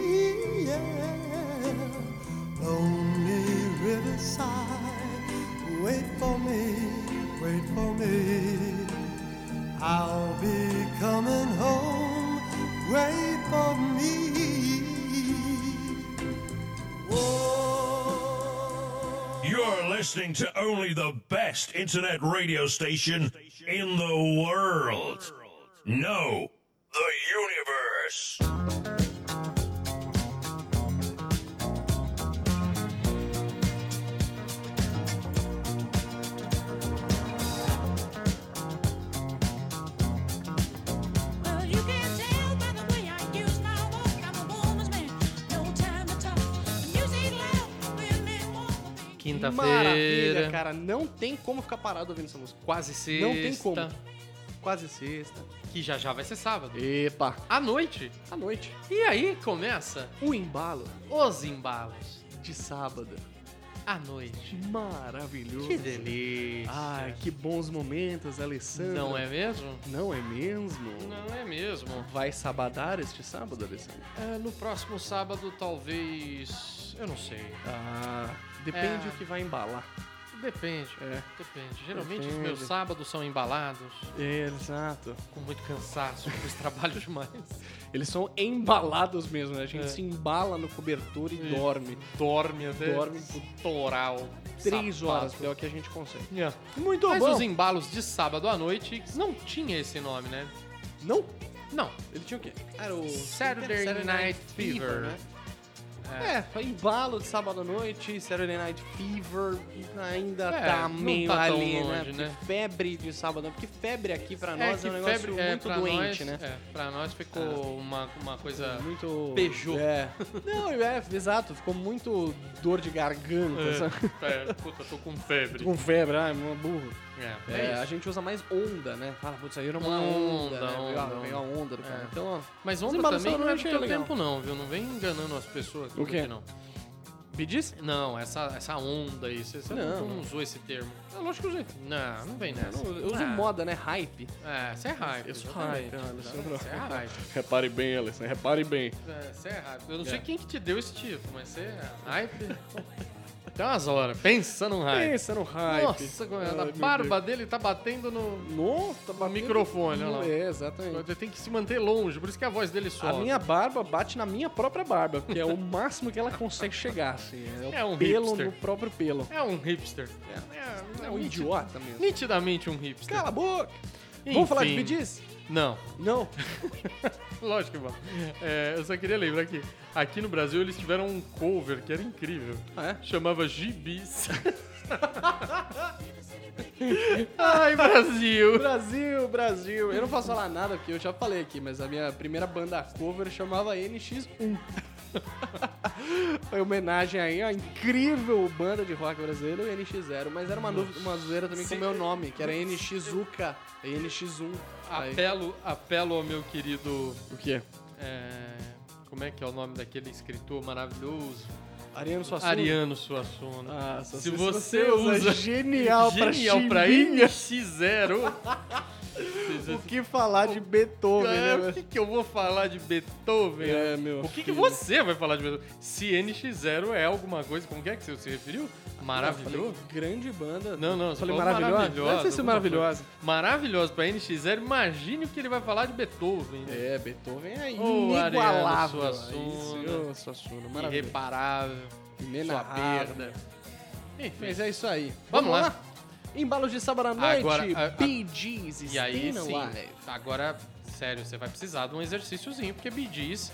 Speaker 6: Lonely rivers sigh, wait for me. Wait for me, I'll be coming home. Wait for me. Whoa.
Speaker 8: You're listening to only the best internet radio station in the world. No, the universe.
Speaker 9: Well, you can't tell by the way I used
Speaker 5: Quinta-feira.
Speaker 4: Maravilha, cara. Não tem como ficar parado ouvindo essa música.
Speaker 5: Quase sexta.
Speaker 4: Não tem como. Quase sexta.
Speaker 5: Que já vai ser sábado.
Speaker 4: Epa.
Speaker 5: À noite.
Speaker 4: À noite.
Speaker 5: E aí começa
Speaker 4: O embalo
Speaker 5: os embalos.
Speaker 4: de sábado.
Speaker 5: À noite.
Speaker 4: Maravilhoso.
Speaker 5: Que delícia.
Speaker 4: Ai, que bons momentos, Alessandro.
Speaker 5: Não é mesmo?
Speaker 4: Não é mesmo?
Speaker 5: Não é mesmo.
Speaker 4: Vai sabadar este sábado, Alessandro?
Speaker 5: No próximo sábado, talvez... Eu não sei.
Speaker 4: Depende do que vai embalar.
Speaker 5: Depende. Depende. Geralmente os meus sábados são embalados.
Speaker 4: Exato.
Speaker 5: Com muito cansaço, pois trabalho demais.
Speaker 4: Eles são embalados mesmo, né? A gente se embala no cobertor e dorme.
Speaker 5: Dorme até.
Speaker 4: Dorme
Speaker 5: toral.
Speaker 4: 3 horas, que é o que a gente consegue.
Speaker 5: Muito bom. Mas os embalos de sábado à noite não tinha esse nome, né?
Speaker 4: Não?
Speaker 5: Não.
Speaker 4: Ele tinha o quê? Era o
Speaker 5: Saturday Night Fever,
Speaker 4: né? Foi embalo de sábado à noite, Saturday Night Fever ainda tá meio
Speaker 5: tá
Speaker 4: ali,
Speaker 5: longe,
Speaker 4: né? Febre de sábado, porque febre aqui pra nós é um negócio muito doente, né?
Speaker 5: Pra nós ficou uma coisa
Speaker 4: muito
Speaker 5: Peugeot.
Speaker 4: Não, exato, ficou muito dor de garganta, sabe?
Speaker 5: Puta, tô com febre.
Speaker 4: Tô com febre, ai, meu burro.
Speaker 5: É
Speaker 4: a gente usa mais onda, né? Fala, putz, aí era uma onda, né? Veio a onda do cara. Então, ó,
Speaker 5: mas onda também não é do teu tempo não, viu? Não vem enganando as pessoas.
Speaker 4: O quê?
Speaker 5: Não.
Speaker 4: Me diz?
Speaker 5: Não, essa onda aí, você não usou esse termo.
Speaker 4: É lógico que eu usei.
Speaker 5: Não vem nessa.
Speaker 4: Eu uso moda, né? Hype.
Speaker 5: Você é hype.
Speaker 4: Eu sou hype,
Speaker 5: Você é hype.
Speaker 4: Repare bem, Alessandro, repare bem.
Speaker 5: Você é hype. Eu não sei quem que te deu esse título, mas você é hype. Tem umas horas, pensa no hype.
Speaker 4: Pensa no hype.
Speaker 5: Nossa, a barba dele tá batendo no microfone, olha lá.
Speaker 4: Exatamente.
Speaker 5: Ele tem que se manter longe, por isso que a voz dele sobe.
Speaker 4: A minha barba bate na minha própria barba, porque é o máximo que ela consegue chegar, assim. É o
Speaker 5: um
Speaker 4: pelo
Speaker 5: hipster.
Speaker 4: no próprio pelo.
Speaker 5: É um hipster.
Speaker 4: É um idiota mesmo.
Speaker 5: Nitidamente um hipster.
Speaker 4: Cala a boca!
Speaker 5: Enfim.
Speaker 4: Vamos falar de Bee Gees?
Speaker 5: Não.
Speaker 4: Não?
Speaker 5: Lógico que vamos. Eu só queria lembrar que aqui no Brasil eles tiveram um cover que era incrível. Chamava Gibis. Ai, Brasil!
Speaker 4: Brasil! Eu não posso falar nada porque eu já falei aqui, mas a minha primeira banda cover chamava NX1. Foi homenagem aí à incrível banda de rock brasileira, o NX0. Mas era uma zoeira também com o meu nome, que era NXUka, NX1.
Speaker 5: Apelo ao meu querido...
Speaker 4: O quê?
Speaker 5: Como é que é o nome daquele escritor maravilhoso?
Speaker 4: Ariano Suassuna.
Speaker 5: Se você usa
Speaker 4: genial pra
Speaker 5: NX0...
Speaker 4: O que falar de Beethoven, né?
Speaker 5: O que eu vou falar de Beethoven?
Speaker 4: Meu
Speaker 5: O que você vai falar de Beethoven? Se NX0 é alguma coisa, como que é que você se referiu? Maravilhoso?
Speaker 4: Grande banda.
Speaker 5: Não,
Speaker 4: falei maravilhosa. Deve ser maravilhosa.
Speaker 5: Maravilhosa pra NX0. Imagine o que ele vai falar de Beethoven.
Speaker 4: Beethoven é inigualável.
Speaker 5: Suassuna. Irreparável.
Speaker 4: Inenarrável.
Speaker 5: Perda. Enfim.
Speaker 4: Mas é isso aí.
Speaker 5: Vamos lá.
Speaker 4: Embalos de sábado à noite, Bee Gees,
Speaker 5: e aí,
Speaker 4: Staying Alive.
Speaker 5: Agora, sério, você vai precisar de um exercíciozinho, porque Bee Gees,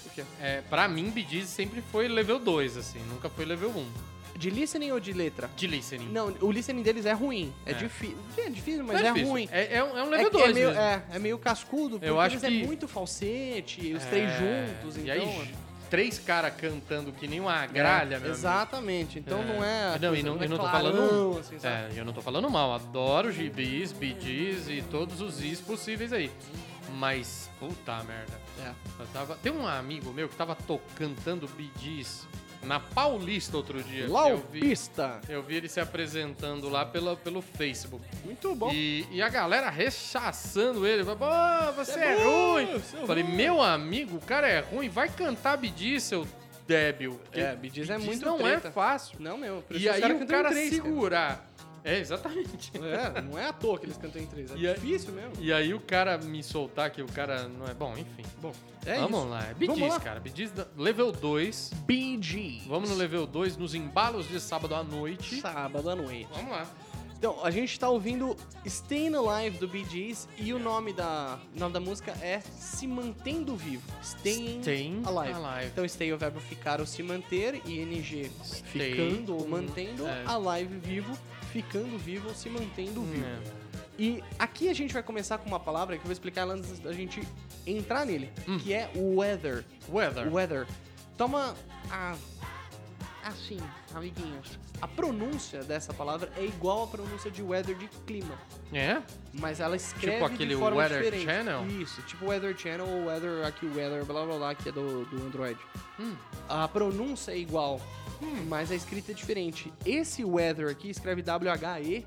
Speaker 5: pra mim, Bee Gees sempre foi level 2, assim, nunca foi level 1.
Speaker 4: De listening ou de letra?
Speaker 5: De listening.
Speaker 4: Não, o listening deles é ruim. É difícil. É difícil, mas é
Speaker 5: difícil.
Speaker 4: ruim.
Speaker 5: É um level 2
Speaker 4: meio,
Speaker 5: mesmo.
Speaker 4: É meio cascudo, porque
Speaker 5: eu acho
Speaker 4: eles
Speaker 5: que...
Speaker 4: é muito falsete, os três juntos,
Speaker 5: e
Speaker 4: então...
Speaker 5: aí, 3 caras cantando que nem uma gralha, meu
Speaker 4: exatamente.
Speaker 5: amigo.
Speaker 4: Então não é...
Speaker 5: Não, eu não tô falando...
Speaker 4: Assim,
Speaker 5: eu não tô falando mal. Adoro Gibis, Bee Gees e todos os Is possíveis aí. Mas, puta merda. Tem um amigo meu que tava cantando Bee Gees na Paulista outro dia.
Speaker 4: Laupista!
Speaker 5: Eu vi ele se apresentando lá pelo Facebook.
Speaker 4: Muito bom.
Speaker 5: E a galera rechaçando ele. Pô, você é ruim. Falei, meu amigo, o cara é ruim. Vai cantar Bee Gees, seu débil.
Speaker 4: Bee Gees é muito
Speaker 5: não
Speaker 4: treta.
Speaker 5: É fácil.
Speaker 4: Não, meu.
Speaker 5: E aí o cara segurar... exatamente.
Speaker 4: Não é à toa que eles cantam em 3. Difícil mesmo.
Speaker 5: E aí o cara me soltar que o cara não é... Bom, enfim. Vamos lá. É Bee Gees, cara. Bee Gees level 2.
Speaker 4: Bee Gees.
Speaker 5: Vamos no level 2, nos embalos de sábado à noite.
Speaker 4: Sábado à noite.
Speaker 5: Vamos lá.
Speaker 4: Então, a gente tá ouvindo Staying Alive do Bee Gees e o nome da música é Se Mantendo Vivo. Staying Alive. Então, stay é o verbo ficar ou se manter, ing ficando ou mantendo, alive vivo, ficando vivo ou se mantendo vivo. E aqui a gente vai começar com uma palavra que eu vou explicar ela antes da gente entrar nele, que é weather. Toma assim, amiguinhos. A pronúncia dessa palavra é igual à pronúncia de weather de clima.
Speaker 5: É?
Speaker 4: Mas ela escreve
Speaker 5: tipo aquele
Speaker 4: de forma
Speaker 5: Weather
Speaker 4: diferente.
Speaker 5: Channel?
Speaker 4: Isso, tipo Weather Channel ou Weather, aqui Weather, blá blá blá, que é do Android. A pronúncia é igual, mas a escrita é diferente. Esse weather aqui escreve W-H-E,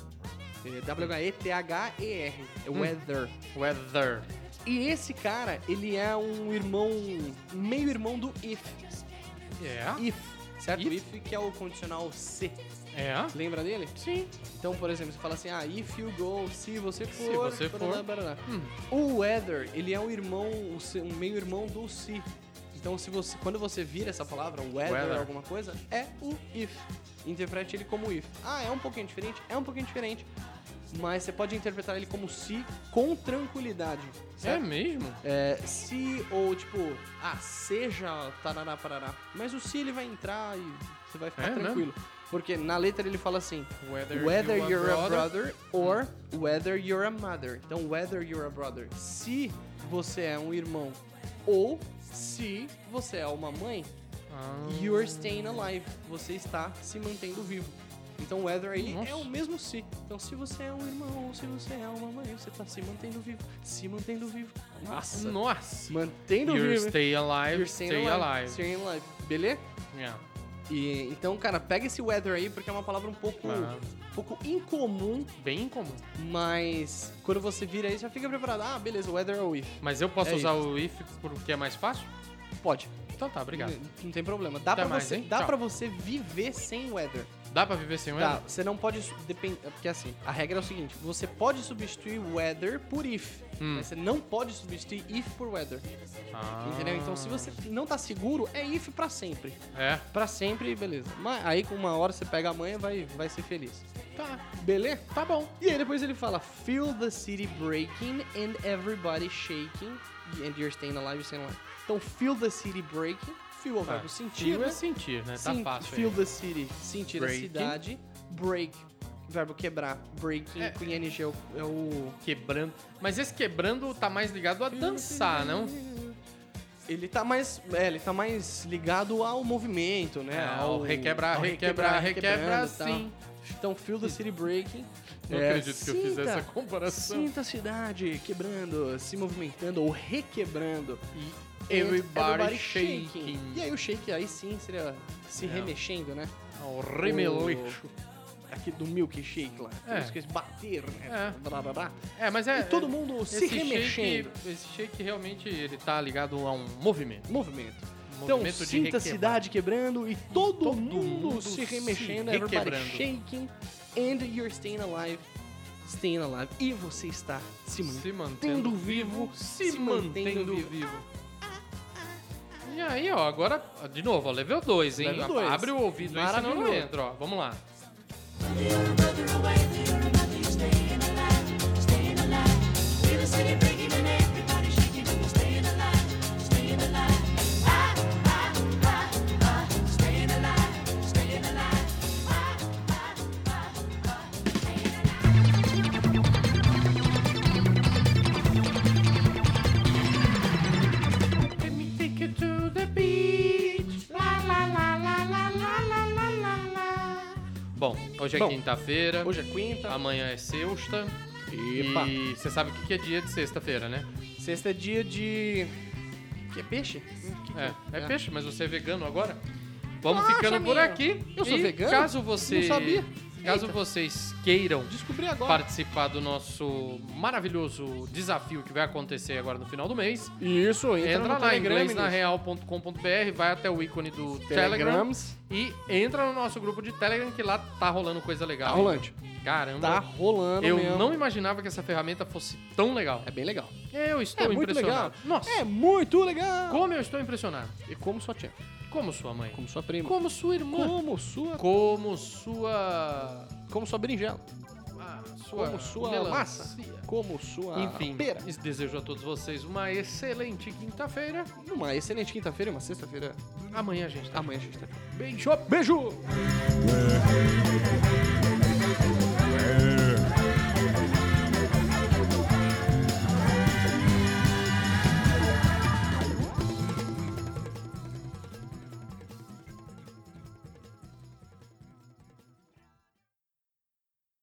Speaker 4: W-H-E-T-H-E-R, é weather.
Speaker 5: Weather.
Speaker 4: E esse cara, ele é um irmão, meio irmão do if. If, certo? If que é o condicional se. Lembra dele?
Speaker 5: Sim.
Speaker 4: Então, por exemplo, você fala assim, if you go, se você for.
Speaker 5: Se você for.
Speaker 4: O weather, ele é um irmão, um meio irmão do se. Então, quando você vira essa palavra, weather, alguma coisa, é o if. Interprete ele como if. É um pouquinho diferente? É um pouquinho diferente. Mas você pode interpretar ele como se com tranquilidade. Certo?
Speaker 5: É mesmo?
Speaker 4: Se ou tipo, seja, tarará, parará. Mas o se ele vai entrar e você vai ficar tranquilo. Mesmo? Porque na letra ele fala assim, whether you're a brother or whether you're a mother. Então, whether you're a brother, se você é um irmão ou se você é uma mãe, you're staying alive. Você está se mantendo vivo. Então, weather aí é o mesmo se. Então, se você é um irmão ou se você é uma mãe, você está se mantendo vivo. Se mantendo vivo. Nossa. Mantendo vivo.
Speaker 5: Stay alive,
Speaker 4: You're stay alive. Staying alive. Beleza? E, então, cara, pega esse weather aí, porque é uma palavra um pouco incomum.
Speaker 5: Bem incomum.
Speaker 4: Mas quando você vira aí, já fica preparado. Beleza, o weather é o if.
Speaker 5: Mas eu posso usar o if porque é mais fácil?
Speaker 4: Pode.
Speaker 5: Então tá, obrigado.
Speaker 4: Não tem problema. Dá pra você viver sem weather.
Speaker 5: Dá pra viver sem weather?
Speaker 4: Você não pode... Porque assim, a regra é o seguinte. Você pode substituir weather por if. Mas você não pode substituir if por weather. Entendeu? Então, se você não tá seguro, é if pra sempre. Pra sempre, beleza. Mas aí, com uma hora, você pega a manha e vai ser feliz.
Speaker 5: Tá.
Speaker 4: Beleza?
Speaker 5: Tá bom.
Speaker 4: E aí, depois ele fala, feel the city breaking and everybody shaking and you're staying alive, Então, feel the city breaking. Feel é o verbo sentir,
Speaker 5: feel é sentir, né? Tá fácil
Speaker 4: feel
Speaker 5: aí.
Speaker 4: the city, sentir breaking. A cidade. Break, verbo quebrar. Breaking, com ing é o...
Speaker 5: Quebrando. Mas esse quebrando tá mais ligado a dançar, não?
Speaker 4: Ele tá mais ligado ao movimento, né?
Speaker 5: Ao requebrar, sim.
Speaker 4: Então, feel the city breaking.
Speaker 5: Não acredito que eu fiz essa comparação.
Speaker 4: Sinta a cidade quebrando, se movimentando ou requebrando.
Speaker 5: E everybody shaking.
Speaker 4: E aí o shake aí sim seria se remexendo, né?
Speaker 5: O remeleixo.
Speaker 4: Aqui do milkshake lá. Esqueci bater, né?
Speaker 5: Mas é...
Speaker 4: E todo mundo se remexendo.
Speaker 5: Esse shake realmente ele tá ligado a um movimento.
Speaker 4: Então, sinta a cidade quebrando e todo mundo se remexendo. Everybody shaking. And you're staying alive. E você está se mantendo vivo. Se mantendo vivo.
Speaker 5: E aí, ó, agora, de novo, ó, level 2, hein?
Speaker 4: Level 2.
Speaker 5: Abre o ouvido aí, senão não entra, ó. Vamos lá. Bom, hoje é quinta-feira.
Speaker 4: Hoje é quinta.
Speaker 5: Amanhã é sexta.
Speaker 4: Epa.
Speaker 5: E você sabe o que é dia de sexta-feira, né?
Speaker 4: Sexta é dia de... Que é peixe?
Speaker 5: É peixe, mas você é vegano agora? Vamos ficando por aqui.
Speaker 4: Eu sou vegano?
Speaker 5: Caso você...
Speaker 4: Não sabia.
Speaker 5: Caso vocês queiram
Speaker 4: descobrir agora
Speaker 5: participar do nosso maravilhoso desafio que vai acontecer agora no final do mês.
Speaker 4: Isso,
Speaker 5: entra lá em inglesnareal.com.br, vai até o ícone do Telegram e entra no nosso grupo de Telegram que lá tá rolando coisa legal.
Speaker 4: Tá rolando.
Speaker 5: Caramba.
Speaker 4: Tá rolando mesmo.
Speaker 5: Não imaginava que essa ferramenta fosse tão legal.
Speaker 4: É bem legal.
Speaker 5: Eu estou impressionado.
Speaker 4: Nossa. É muito legal.
Speaker 5: Como eu estou impressionado.
Speaker 4: E como sua tia.
Speaker 5: Como sua mãe.
Speaker 4: Como sua prima.
Speaker 5: Como sua irmã.
Speaker 4: Como sua berinjela. Como sua
Speaker 5: melancia.
Speaker 4: massa. Como sua
Speaker 5: Enfim,
Speaker 4: pera.
Speaker 5: Desejo a todos vocês uma excelente quinta-feira.
Speaker 4: Uma excelente quinta-feira e uma sexta-feira.
Speaker 5: Amanhã a gente tá.
Speaker 4: Amanhã a gente tá.
Speaker 5: Beijo.
Speaker 4: Beijo.